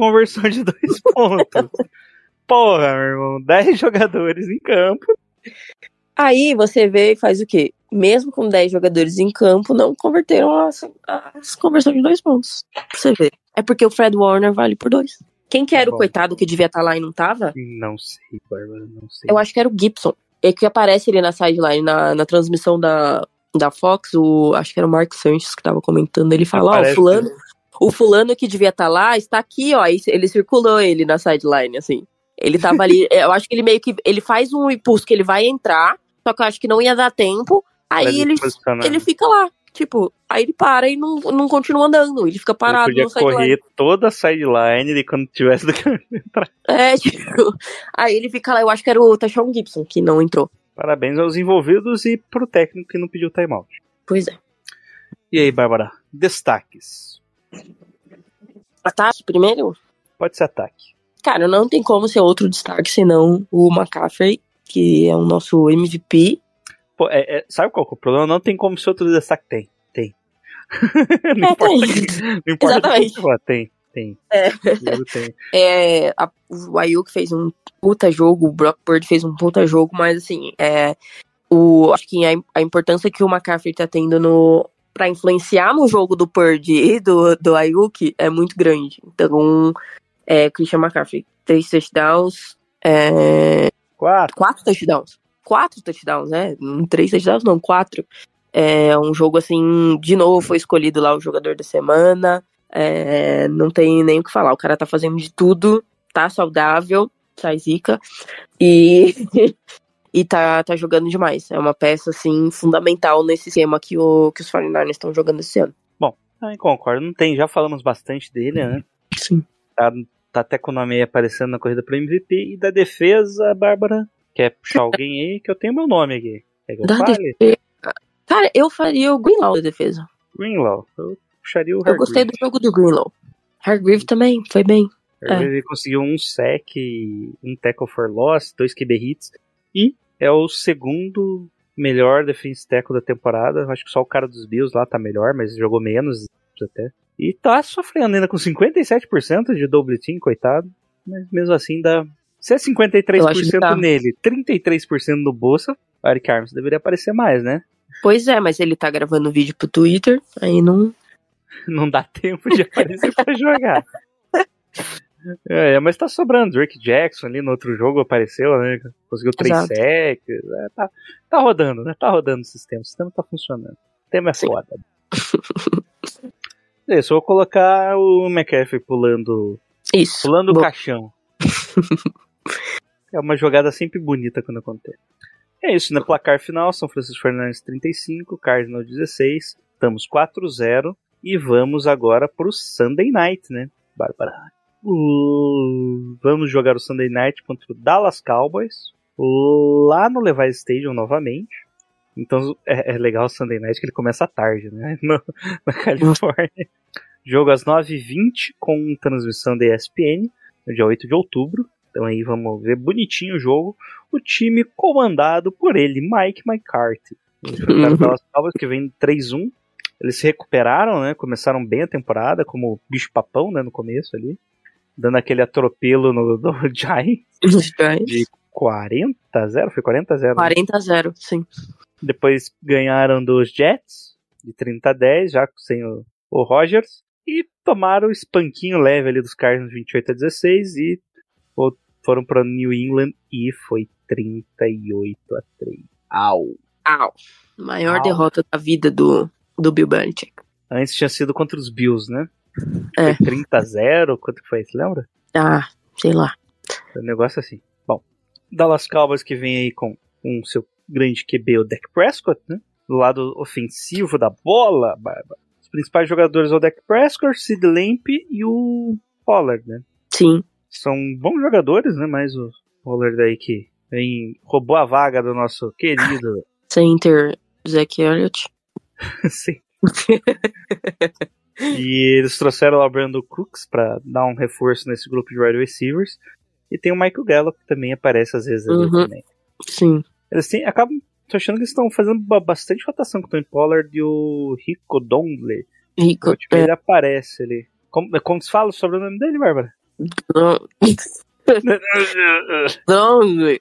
Porra, meu irmão, 10 jogadores em campo. Aí você vê e faz o quê? Mesmo com 10 jogadores em campo, não converteram as conversões de 2 pontos. Pra você ver. É porque o Fred Warner vale por 2. Quem que era o coitado que devia estar lá e não tava? Não sei, Bárbara, não sei. Eu acho que era o Gibson. É que aparece ali na sideline, na transmissão da Fox, acho que era o Mark Sanchez que tava comentando. Ele fala, o fulano que devia estar lá está aqui, ó. Ele circulou ele na sideline, assim. Ele tava ali, eu acho que ele meio que, ele faz um impulso que ele vai entrar, só que eu acho que não ia dar tempo, aí ele fica lá, tipo, aí ele para e não continua andando, ele fica parado no sideline. Ele podia correr toda a sideline e quando tivesse do caminho entrar. Tipo, aí ele fica lá, eu acho que era o Tashawn Gibson que não entrou. Parabéns aos envolvidos e pro técnico que não pediu timeout. Pois é. E aí, Bárbara, destaques? Ataque primeiro? Pode ser ataque. Cara, não tem como ser outro destaque senão o McCaffrey, que é o nosso MVP. Pô, sabe qual que é o problema? Não tem como ser outro destaque. Tem. Não importa. Exatamente. Tem. O Ayuk fez um puta jogo, o Brock Purdy fez um puta jogo, mas assim, acho que a importância que o McCaffrey tá tendo pra influenciar no jogo do Purdy e do Ayuk é muito grande. Então, Christian McCaffrey, 3 touchdowns. 4 touchdowns. 4 touchdowns, né? 3 touchdowns, não, 4. É um jogo assim, de novo foi escolhido lá o jogador da semana. Não tem nem o que falar. O cara tá fazendo de tudo, tá saudável, sai zica. E tá jogando demais. É uma peça, assim, fundamental nesse esquema que os 49ers estão jogando esse ano. Bom, também concordo. Já falamos bastante dele, né? Sim. Tá até com o nome aí aparecendo na corrida pro MVP. E da defesa, Bárbara, quer puxar alguém aí? Que eu tenho meu nome aqui. Cara, eu faria o Greenlaw da defesa. Greenlaw. Eu puxaria o Hargreaves. Eu gostei do jogo do Greenlaw. Hargreaves também, foi bem. Hargreaves conseguiu 1 sack, 1 tackle for loss, 2 QB hits. E é o segundo melhor defensive tackle da temporada. Eu acho que só o cara dos Bills lá tá melhor, mas jogou menos até. E tá sofrendo ainda com 57% de double team, coitado. Mas mesmo assim dá... Se é 53% nele, 33% no Bolsa, o Eric Arms deveria aparecer mais, né? Pois é, mas ele tá gravando vídeo pro Twitter, aí não... Não dá tempo de aparecer pra jogar. Mas tá sobrando. Drake Jackson ali no outro jogo apareceu, né? Conseguiu 3 sacks. Tá rodando, né? Tá rodando o sistema. O sistema tá funcionando. O tema é foda. Isso, eu vou colocar o McCaffrey pulando o caixão. É uma jogada sempre bonita quando acontece. É isso, né? Placar final, São Francisco 49ers 35, Cardinals 16. Estamos 4-0. E vamos agora pro Sunday Night, né, Bárbara? Vamos jogar o Sunday Night contra o Dallas Cowboys, lá no Levi's Stadium novamente. Então é legal o Sunday Night que ele começa à tarde, né, na Califórnia. Jogo às 9h20 com transmissão da ESPN, no dia 8 de outubro. Então aí vamos ver bonitinho o jogo. O time comandado por ele, Mike McCarthy. O Dallas Cowboys, que vem 3-1. Eles se recuperaram, né? Começaram bem a temporada, como bicho-papão, né? No começo ali. Dando aquele atropelo no Giants. De 40-0? Foi 40-0? 40-0, sim. Depois ganharam dos Jets, de 30-10, já sem o Rodgers. E tomaram o espanquinho leve ali dos Cardinals, 28-16. E foram para New England e foi 38-3. Au! Maior derrota da vida do Bill Belichick. Antes tinha sido contra os Bills, né? É. Foi 30-0, quanto que foi? Você lembra? Sei lá. Foi um negócio assim. Bom, Dallas Cowboys que vem aí com seu grande QB, o Dak Prescott, né? Do lado ofensivo da bola, Bárbara. Os principais jogadores são o Dak Prescott, Sid Lamb e o Pollard, né? Sim. São bons jogadores, né? Mas o Pollard aí que roubou a vaga do nosso querido Center Zach Elliott. Sim. E eles trouxeram lá o Brandon Cooks pra dar um reforço nesse grupo de wide receivers. E tem o Michael Gallup que também aparece às vezes ali também. Sim. Eles tô achando que eles estão fazendo bastante rotação com o Tony Pollard e o Rico Dondle. Ele aparece ali. Como se fala sobre o nome dele, Bárbara? Dondle.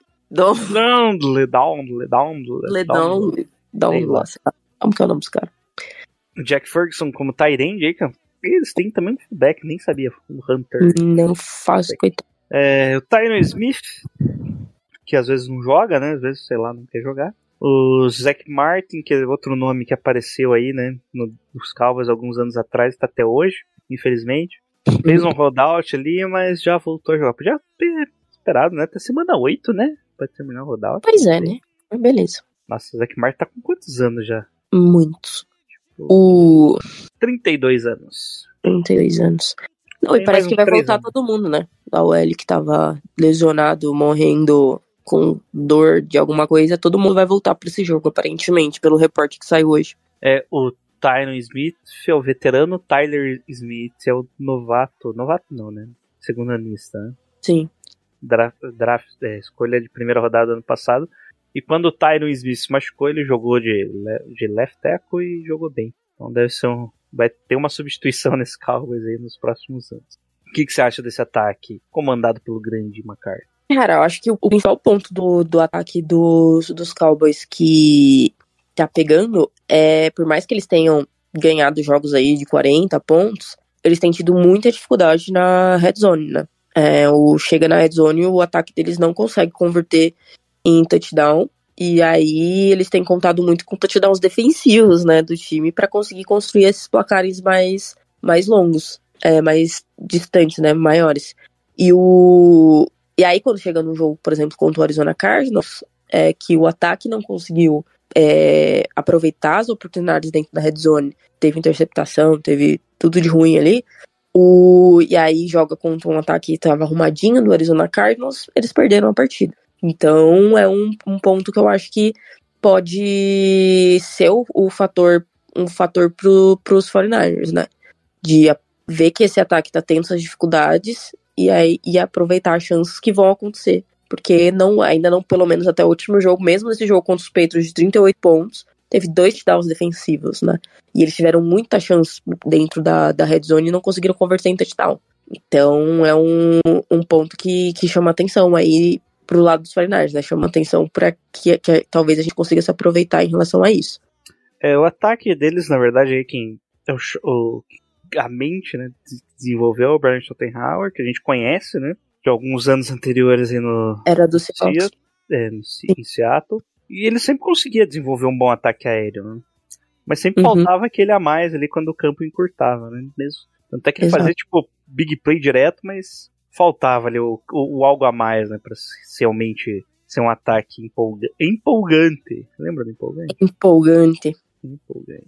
Como que é o nome dos caras? O Jack Ferguson como tight end aí, cara. Eles têm também um fullback, nem sabia. O Hunter. Não faço, coitado. O Tyron Smith, que às vezes não joga, né? Às vezes, sei lá, não quer jogar. O Zach Martin, que é outro nome que apareceu aí, né? Nos Cowboys alguns anos atrás, tá até hoje, infelizmente. Fez um rollout ali, mas já voltou a jogar. Podia ter esperado, né? Até semana 8, né? Pra terminar o rollout. Pois é, né? Beleza. Nossa, o Zach Martin tá com quantos anos já? Muitos. 32 anos. 32 anos. Não, e parece que vai voltar todo mundo, né? Da OL que tava lesionado, morrendo com dor de alguma coisa, todo mundo vai voltar pra esse jogo, aparentemente, pelo reporte que saiu hoje. O Tyron Smith é o veterano, Tyler Smith é o novato. Novato não, né? Segundo anista, né? Sim. Escolha de primeira rodada do ano passado. E quando o Tyron Smith se machucou, ele jogou de left tackle e jogou bem. Então vai ter uma substituição nesse Cowboys aí nos próximos anos. O que você acha desse ataque comandado pelo grande McCarthy? Cara, eu acho que o principal ponto do ataque dos Cowboys que tá pegando é, por mais que eles tenham ganhado jogos aí de 40 pontos, eles têm tido muita dificuldade na red zone, né? Chega na red zone e o ataque deles não consegue converter em touchdown, e aí eles têm contado muito com touchdowns defensivos, né, do time para conseguir construir esses placares mais longos, mais distantes, né, maiores. E aí quando chega no jogo, por exemplo, contra o Arizona Cardinals, que o ataque não conseguiu aproveitar as oportunidades dentro da red zone, teve interceptação, teve tudo de ruim ali, e aí joga contra um ataque que estava arrumadinho do Arizona Cardinals, eles perderam a partida. Então é um ponto que eu acho que pode ser um fator para os 49ers, né? De ver que esse ataque está tendo essas dificuldades e aproveitar as chances que vão acontecer. Porque ainda não, pelo menos até o último jogo, mesmo nesse jogo contra os Patriots de 38 pontos, teve 2 touchdowns defensivos, né? E eles tiveram muita chance dentro da red zone e não conseguiram converter em touchdown. Então é um ponto que chama atenção aí pro lado dos 49ers, né? Chama atenção para que talvez a gente consiga se aproveitar em relação a isso. O ataque deles, na verdade, aí quem a mente, né, desenvolveu o Brian Schottenhauer, que a gente conhece, né? De alguns anos anteriores aí Era do Seattle. Em Seattle. E ele sempre conseguia desenvolver um bom ataque aéreo, né? Mas sempre faltava aquele a mais ali quando o campo encurtava, né? Mesmo. Tanto é que ele fazia, tipo, big play direto, mas faltava ali o algo a mais, né? Pra realmente ser um ataque empolgante. Lembra do empolgante? Empolgante.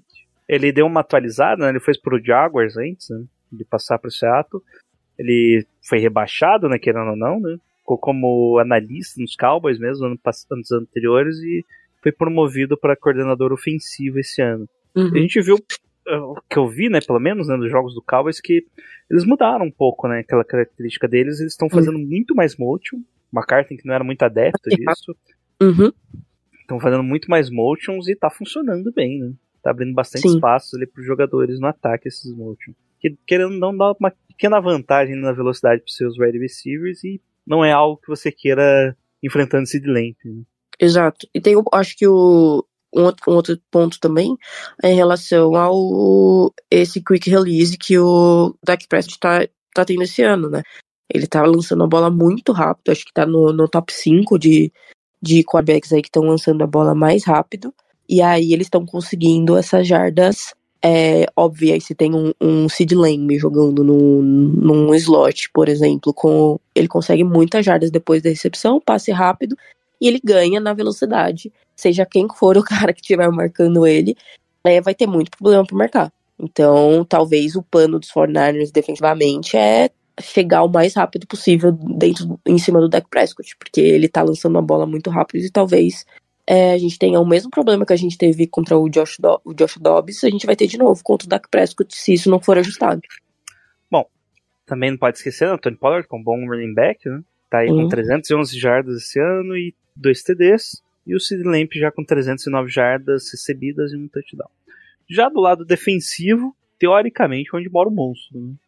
ele deu uma atualizada, né? Ele foi pro Jaguars antes, né? De passar pro Seattle. Ele foi rebaixado, né? Querendo ou não, né? Ficou como analista nos Cowboys mesmo, anos anteriores, e foi promovido para coordenador ofensivo esse ano. Uhum. A gente viu, o que eu vi, né, pelo menos, né, dos jogos do Cowboys, que eles mudaram um pouco, né, aquela característica deles, eles estão fazendo muito mais motion, McCarthy que não era muito adepto disso, Uhum. estão fazendo muito mais motions e tá funcionando bem, né, tá abrindo bastante Sim. espaços ali pros jogadores no ataque, esses motions, que querendo não dar uma pequena vantagem na velocidade pros seus wide receivers, e não é algo que você queira enfrentando Sid Lamb, né. Exato. E tem, acho que um outro ponto também é em relação ao esse quick release que o Dak Prescott tá tendo esse ano, né? Ele tá lançando a bola muito rápido, acho que tá no top 5 de quarterbacks aí que estão lançando a bola mais rápido, e aí eles estão conseguindo essas jardas óbvias. Se tem um Sid Lamb jogando num slot, por exemplo, ele consegue muitas jardas depois da recepção, passe rápido, e ele ganha na velocidade. Seja quem for o cara que estiver marcando ele, vai ter muito problema para marcar. Então, talvez o plano dos 49ers defensivamente é chegar o mais rápido possível em cima do Dak Prescott, porque ele tá lançando a bola muito rápido e talvez a gente tenha o mesmo problema que a gente teve contra o Josh Dobbs, a gente vai ter de novo contra o Dak Prescott se isso não for ajustado. Bom, também não pode esquecer, né, Tony Pollard, com um bom running back, né? Tá aí com 311 jardas esse ano e 2 TDs, e o Sid Lamb já com 309 jardas recebidas e um touchdown. Já do lado defensivo, teoricamente, onde mora o monstro, né?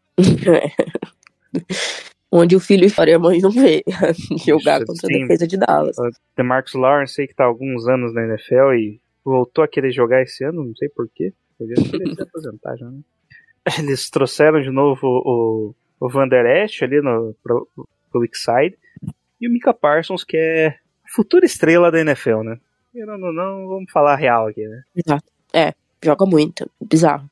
Onde o filho chora e a mãe não vê. Jogar contra a defesa de Dallas. O DeMarcus Lawrence aí que tá há alguns anos na NFL e voltou a querer jogar esse ano, não sei porquê. Podia se aposentar já, né? Eles trouxeram de novo o Van Der Esch ali pro weak side, e o Micah Parsons, que é a futura estrela da NFL, né? Não, vamos falar a real aqui, né? Exato. Joga muito. Bizarro.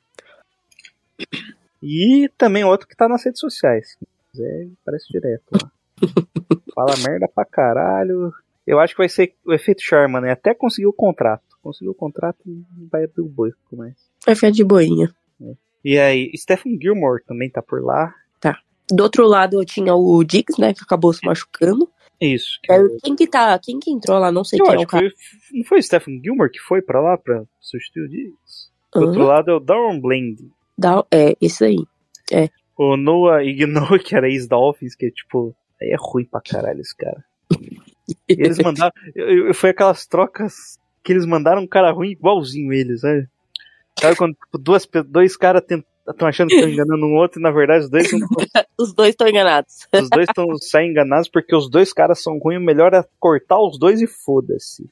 E também outro que tá nas redes sociais. Parece direto lá. Fala merda pra caralho. Eu acho que vai ser o efeito Sherman, né? Até conseguiu o contrato. Conseguiu o contrato e vai abrir o boico mais. Vai ficar de boinha. E aí, Stephen Gilmore também tá por lá. Tá. Do outro lado eu tinha o Diggs, né? Que acabou se machucando. Isso. Quem que entrou lá? Não sei quem é o cara. Não foi o Stephen Gilmore que foi pra lá pra substituir o Diggs? Do outro lado é o Darren Bland. Esse aí. O Noah Igno, que era ex-Dolphins, que tipo, aí é ruim pra caralho esse cara. E eles mandaram. Foi aquelas trocas que eles mandaram um cara ruim igualzinho eles, sabe? Sabe quando dois caras estão achando que estão enganando um outro e na verdade os dois não Os dois estão enganados. Os dois estão saindo enganados porque os dois caras são ruins, o melhor é cortar os dois e foda-se.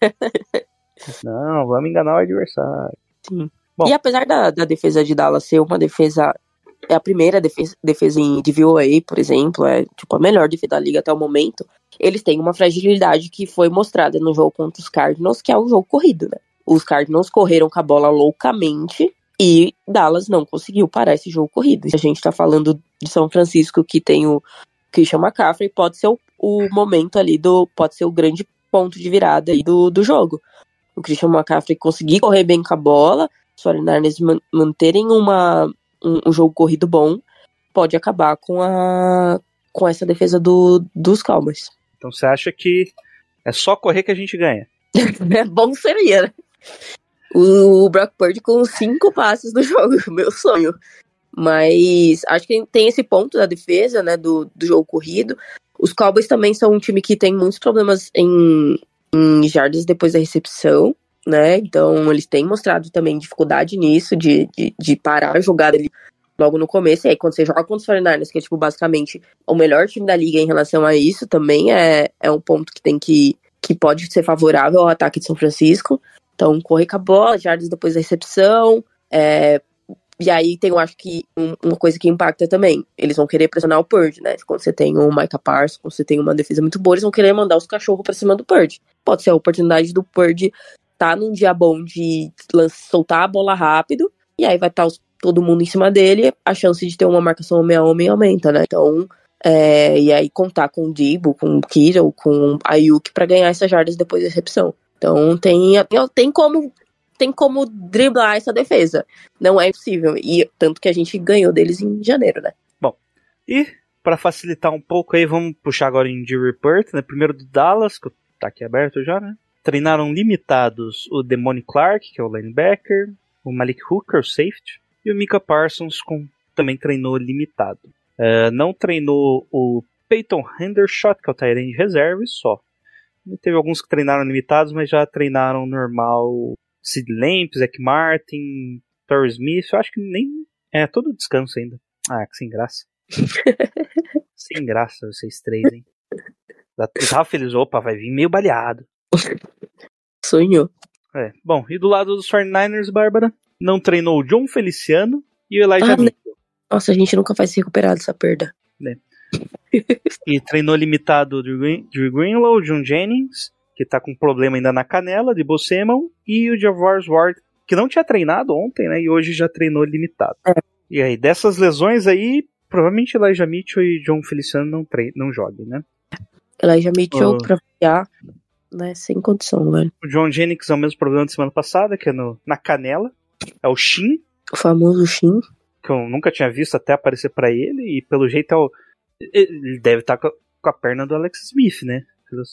Não, vamos enganar o adversário. Sim. Bom, e apesar da defesa de Dallas ser uma defesa, a primeira defesa de VOA, por exemplo, é tipo a melhor defesa da liga até o momento, eles têm uma fragilidade que foi mostrada no jogo contra os Cardinals, que é o jogo corrido, né? Os Cardinals correram com a bola loucamente e Dallas não conseguiu parar esse jogo corrido. A gente tá falando de São Francisco, que tem o Christian McCaffrey, pode ser o momento ali pode ser o grande ponto de virada aí do jogo. O Christian McCaffrey conseguir correr bem com a bola, os 49ers manterem um jogo corrido bom, pode acabar com essa defesa dos Cowboys. Então você acha que é só correr que a gente ganha? Bom seria, né? O Brock Purdy com 5 passes no jogo, meu sonho. Mas acho que tem esse ponto da defesa, né, do jogo corrido. Os Cowboys também são um time que tem muitos problemas em jardas depois da recepção, né? Então eles têm mostrado também dificuldade nisso, de parar a jogada ali logo no começo. E aí quando você joga contra os 49ers, que é tipo basicamente o melhor time da liga em relação a isso, também é um ponto que pode ser favorável ao ataque de São Francisco. Então correr com a bola, jardas depois da recepção, e aí eu acho que uma coisa que impacta também, eles vão querer pressionar o Purdy, né? Quando você tem o Micah Parsons, quando você tem uma defesa muito boa, eles vão querer mandar os cachorros pra cima do Purdy. Pode ser a oportunidade do Purdy tá num dia bom de soltar a bola rápido, e aí vai estar todo mundo em cima dele, a chance de ter uma marcação homem a homem aumenta, né? Então, e aí contar com o Debo, com o Kittle, com o Ayuk pra ganhar essas jardas depois da recepção. Então tem como tem como driblar essa defesa. Não é possível. E tanto que a gente ganhou deles em janeiro, né? Bom, e para facilitar um pouco aí, vamos puxar agora o Injury Report, né? Primeiro do Dallas, que tá aqui aberto já, né? Treinaram limitados o Demone Clark, que é o linebacker, o Malik Hooker, o safety, e o Micah Parsons também treinou limitado. Não treinou o Peyton Hendershot, que é o tight end de reserva, e só. Teve alguns que treinaram limitados, mas já treinaram normal. Sid Lamp, Zach Martin, Torrey Smith, eu acho que nem... todo descanso ainda. Ah, que sem graça. Sem graça vocês três, hein? Eu tava feliz, opa, vai vir meio baleado. Sonhou. Bom, e do lado dos 49ers, Bárbara, não treinou o John Feliciano e o Elijah Mitchell. Nossa, a gente nunca vai se recuperar dessa perda. E treinou limitado o Drew Greenlaw, o John Jennings, que tá com problema ainda na canela, de Bosemon, e o Javors Ward, que não tinha treinado ontem, né, e hoje já treinou limitado. E aí, dessas lesões aí, provavelmente Elijah Mitchell e John Feliciano não joguem, né? Elijah Mitchell, pra variar, né, sem condição, velho. O John Jennings é o mesmo problema da semana passada, que é na canela. É o shin. O famoso shin. Que eu nunca tinha visto até aparecer pra ele, e pelo jeito ele deve estar com a perna do Alex Smith, né?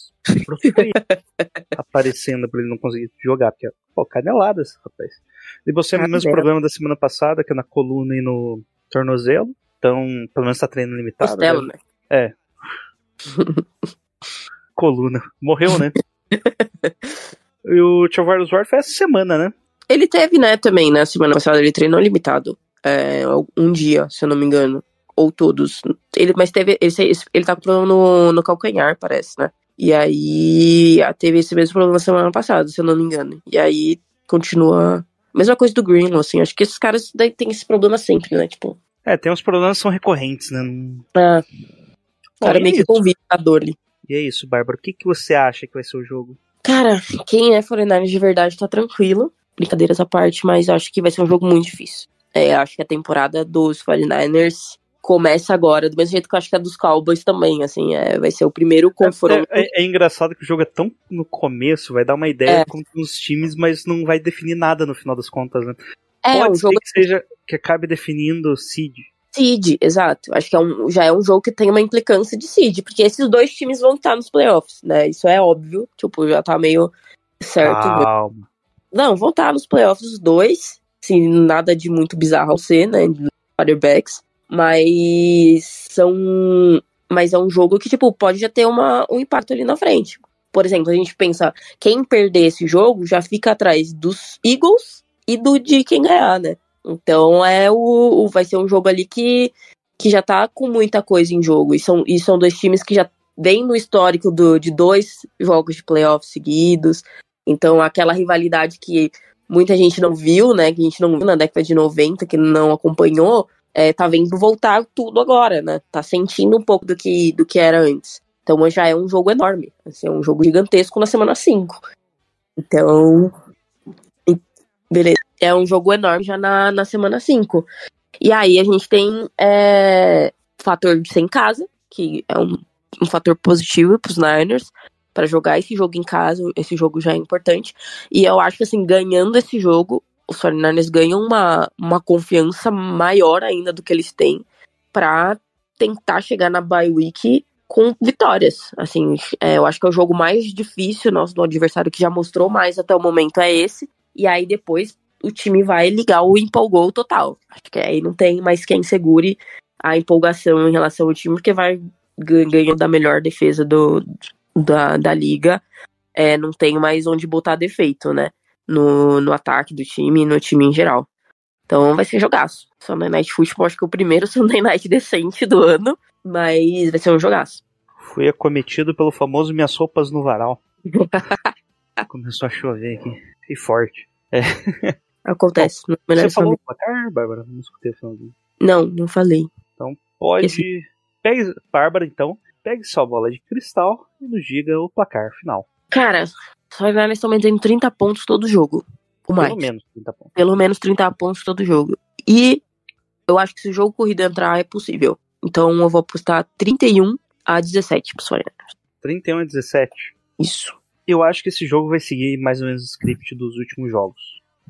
Aparecendo pra ele não conseguir jogar, porque caneladas, rapaz. E você é o mesmo problema da semana passada, que é na coluna e no tornozelo. Então, pelo menos tá treinando limitado. Costela, né? Coluna. Morreu, né? E o Javors Ward foi essa semana, né? Ele teve, né, também, na semana passada, ele treinou limitado. Um dia, se eu não me engano. Ou todos. Mas teve. Ele tá com problema no calcanhar, parece, né? E aí teve esse mesmo problema semana passada, se eu não me engano. E aí continua. Mesma coisa do Green, assim. Acho que esses caras daí tem esse problema sempre, né? Tipo. Tem uns problemas que são recorrentes, né? O cara meio que convida a dor ali. E é isso, Bárbara. O que você acha que vai ser o jogo? Cara, quem é 49ers de verdade tá tranquilo. Brincadeiras à parte, mas acho que vai ser um jogo muito difícil. Acho que a temporada dos 49ers começa agora, do mesmo jeito que eu acho que a dos Cowboys também, assim, vai ser o primeiro confronto. É engraçado que o jogo é tão no começo, vai dar uma ideia como os times, mas não vai definir nada no final das contas, né? Pode ser que seja, que acabe definindo seed. Seed, exato. Acho que já é um jogo que tem uma implicância de seed, porque esses dois times vão estar nos playoffs, né? Isso é óbvio, tipo, já tá meio certo. Calma. Não, vão estar nos playoffs os dois, assim, nada de muito bizarro ao ser, né, quarterbacks, mas é um jogo que, tipo, pode já ter um impacto ali na frente. Por exemplo, a gente pensa, quem perder esse jogo já fica atrás dos Eagles e de quem ganhar, né? Então vai ser um jogo ali que já tá com muita coisa em jogo, e são dois times que já vêm no histórico de 2 jogos de playoffs seguidos. Então, aquela rivalidade que muita gente não viu, né? Que a gente não viu na década de 90, que não acompanhou, tá vendo voltar tudo agora, né? Tá sentindo um pouco do que era antes. Então, já é um jogo enorme. Assim, é um jogo gigantesco na semana 5. Então, beleza. É um jogo enorme já na semana 5. E aí, a gente tem o fator de ser em casa, que é um fator positivo pros Niners, para jogar esse jogo em casa. Esse jogo já é importante. E eu acho que, assim, ganhando esse jogo, os 49ers ganham uma confiança maior ainda do que eles têm para tentar chegar na bye week com vitórias. Assim, eu acho que é o jogo mais difícil nosso do adversário, que já mostrou mais até o momento, é esse. E aí depois o time vai ligar o empolgou total. Acho que aí não tem mais quem segure a empolgação em relação ao time, porque vai ganhando da melhor defesa da liga. Não tem mais onde botar defeito, né? No ataque do time e no time em geral. Então vai ser jogaço. Sunday Night Football, acho que é o primeiro Sunday Night decente do ano, mas vai ser um jogaço. Fui acometido pelo famoso minhas roupas no varal. Começou a chover aqui. Fiquei forte. Acontece. Bom, você falou o placar, Bárbara? Não escutei o finalzinho. Não falei. Então pode... Pegue, Bárbara, então. Pegue sua bola de cristal e nos diga o placar final. Cara, os 49ers estão metendo 30 pontos todo jogo. Ou mais. Pelo menos 30 pontos. Pelo menos 30 pontos todo jogo. E eu acho que se o jogo corrido entrar, é possível. Então eu vou apostar 31-17 pros 49ers. 31-17? Isso. Eu acho que esse jogo vai seguir mais ou menos o script dos últimos jogos.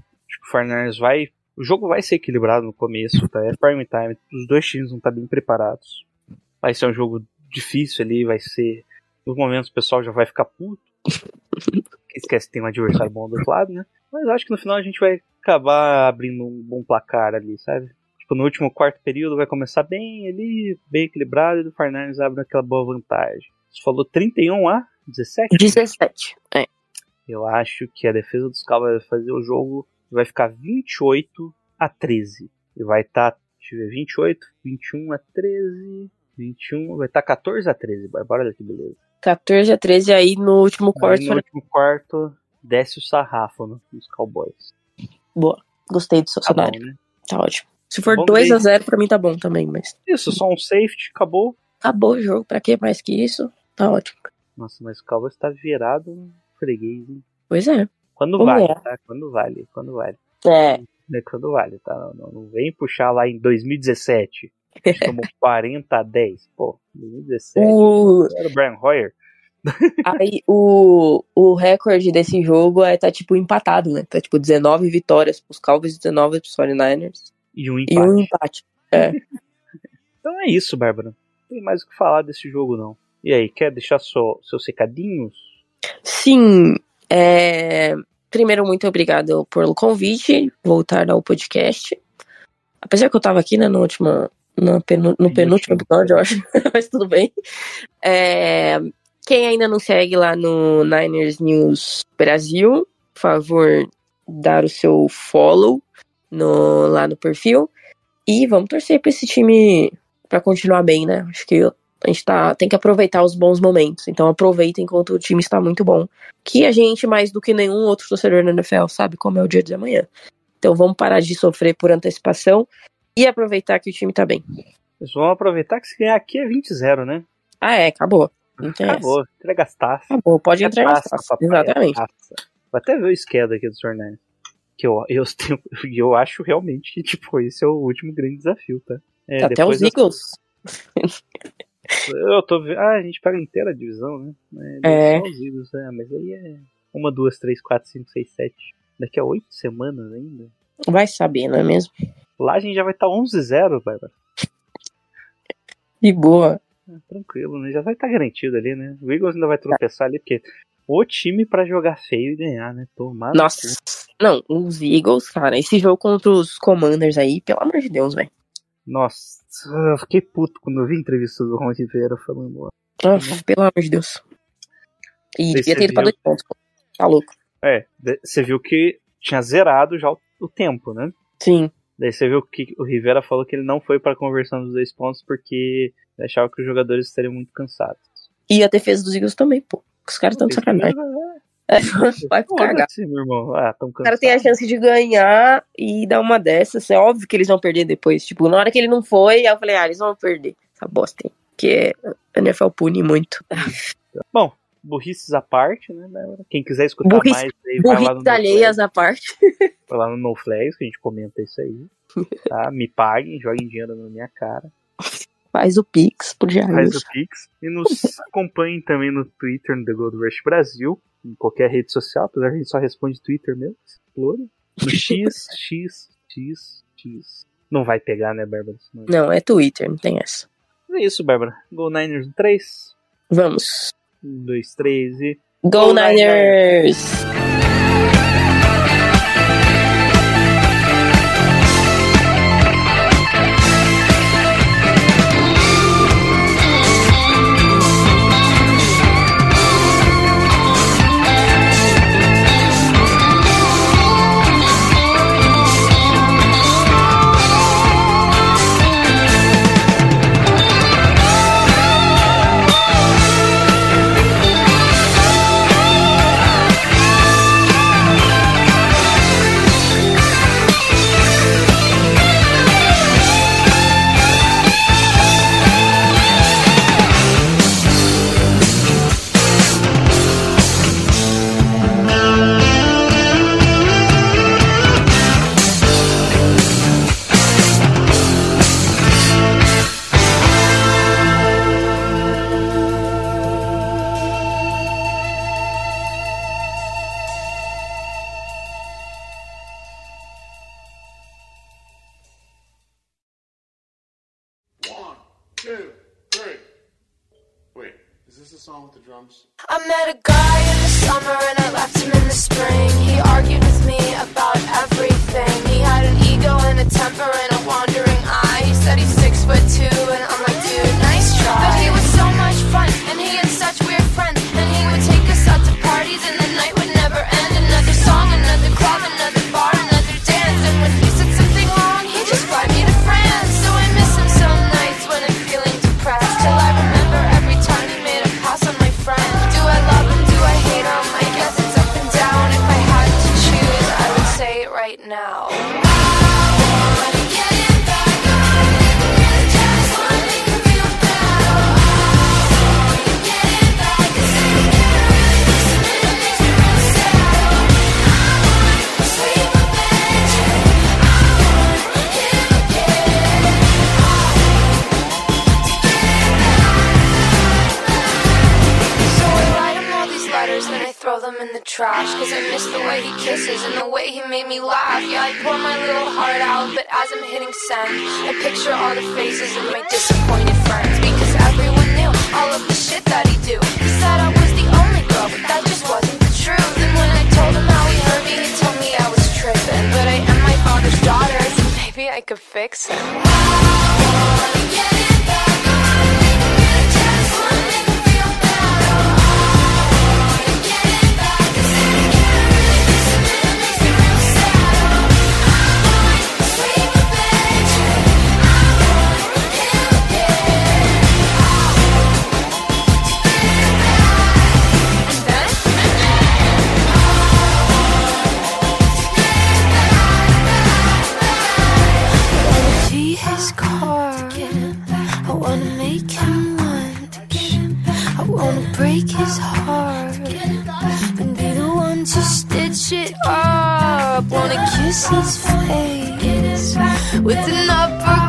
que o 49ers vai... O jogo vai ser equilibrado no começo, tá? É prime time, os dois times vão estar bem preparados. Vai ser um jogo difícil ali, vai ser... Nos momentos o pessoal já vai ficar puto. Esquece que tem um adversário bom do outro lado, né? Mas acho que no final a gente vai acabar abrindo um bom placar ali, sabe? Tipo, no último quarto período vai começar bem ali, bem equilibrado, e o 49ers abre aquela boa vantagem. Você falou 31-17? 17, é. Eu acho que a defesa dos Cowboys vai fazer o jogo, vai ficar 28-13. E vai estar, deixa eu ver, 28, 21-13, 21, vai estar 14-13. Bora, olha que beleza. 14-13 aí no último quarto. Aí no último quarto, desce o sarrafo, né, nos Cowboys. Boa, gostei do seu cenário. Bom, né? Tá ótimo. Se for Vamos 2-0 pra mim tá bom também, mas... Isso, só um safety, acabou. Acabou o jogo, pra que mais que isso? Tá ótimo. Nossa, mas o Cowboys tá virado no freguês, hein? Pois é. Quando Como vale, é? tá? Quando vale. É. É quando vale, tá? Não vem puxar lá em 2017. A gente tomou 40-10. Pô, 2017. Era o Brian Hoyer. Aí o recorde desse jogo tá tipo empatado, né? Tá tipo 19 vitórias pros Cowboys e 19 pros 49ers. E um empate. É. Então é isso, Bárbara. Não tem mais o que falar desse jogo, não. E aí, quer deixar seus recadinhos? Sim. Primeiro, muito obrigado pelo convite. Voltar ao podcast. Apesar que eu tava aqui, né, no penúltimo episódio, eu acho. Mas tudo bem. Quem ainda não segue lá no Niners News Brasil, por favor, dar o seu follow lá no perfil. E vamos torcer pra esse time pra continuar bem, né? Acho que a gente tem que aproveitar os bons momentos. Então aproveita enquanto o time está muito bom. Que a gente, mais do que nenhum outro torcedor na NFL, sabe como é o dia de amanhã. Então vamos parar de sofrer por antecipação e aproveitar que o time tá bem. Eles vão aproveitar que se ganhar aqui é 20-0, né? Acabou. Acabou, entrega as taças. Acabou, pode entregar as taças. Exatamente. Vou até ver o schedule aqui do Sornais. Que eu acho realmente que tipo, esse é o último grande desafio, tá? Até os Eagles. Eu tô vendo. A gente pega inteira a divisão, né? Só os Eagles, mas aí é 1, 2, 3, 4, 5, 6, 7. Daqui a 8 semanas ainda. Vai saber, não é mesmo? Lá a gente já vai estar 11-0, Bárbara. De boa. Tranquilo, né? Já vai estar garantido ali, né? O Eagles ainda vai tropeçar ali, porque o time pra jogar feio e ganhar, né? Tomar. Nossa. Não, os Eagles, cara, esse jogo contra os Commanders aí, pelo amor de Deus, velho. Nossa, eu fiquei puto quando eu vi a entrevista do Ron Rivera falando. Nossa, pelo amor de Deus. E devia ter ido pra 2 pontos, pô. Tá louco. Você viu que tinha zerado já o tempo, né? Sim. Daí você viu que o Rivera falou que ele não foi pra conversão dos 2 pontos porque ele achava que os jogadores estariam muito cansados. E a defesa dos Eagles também, pô. Os caras estão de sacanagem. Vai cagar. Meu irmão. Tão cansados. O cara tem a chance de ganhar e dar uma dessas. É óbvio que eles vão perder depois. Tipo, na hora que ele não foi, eu falei, eles vão perder. Essa bosta aí. Porque a NFL pune muito. Bom, burrices à parte, né? Quem quiser escutar mais, aí vai lá no alheias à parte. Vai lá no No Flags, que a gente comenta isso aí. Tá? Me paguem, joguem dinheiro na minha cara. Faz o Pix, por já. Faz o Pix. E nos acompanhem também no Twitter, no The Gold Rush Brasil. Em qualquer rede social, apesar que a gente só responde Twitter mesmo. Explora. No X. Não vai pegar, né, Bárbara? Não, é Twitter, não tem essa. É isso, Bárbara. Go Niners no 3. Vamos. 1, 2, 3 e... Go Niners! 2, 3. Wait, is this the song with the drums? I met a guy in the summer and I left him in the spring. He argued with me about everything. He had an ego and a temper and a wandering eye. He said he's 6'2" and I'm like, dude, nice try. But he was so much fun and he had such weird friends. And he would take us out to parties and the night would never end. Another song, another club, another bar, another dance. And when he said something wrong, he'd just fly me to France. So I miss him some nights when I'm feeling depressed. Till I remember every time he made a pass on my friend. Do I love him? Do I hate him? I guess it's up and down. If I had to choose, I would say it right now. And I throw them in the trash, cause I miss the way he kisses and the way he made me laugh. Yeah, I pour my little heart out, but as I'm hitting send, I picture all the faces of my disappointed friends. Because everyone knew all of the shit that he do. He said I was the only girl, but that just wasn't the truth. And when I told him how he hurt me, he told me I was tripping. But I am my father's daughter, so maybe I could fix him. Break his heart and be the one to stitch it up. Wanna kiss his face with an upper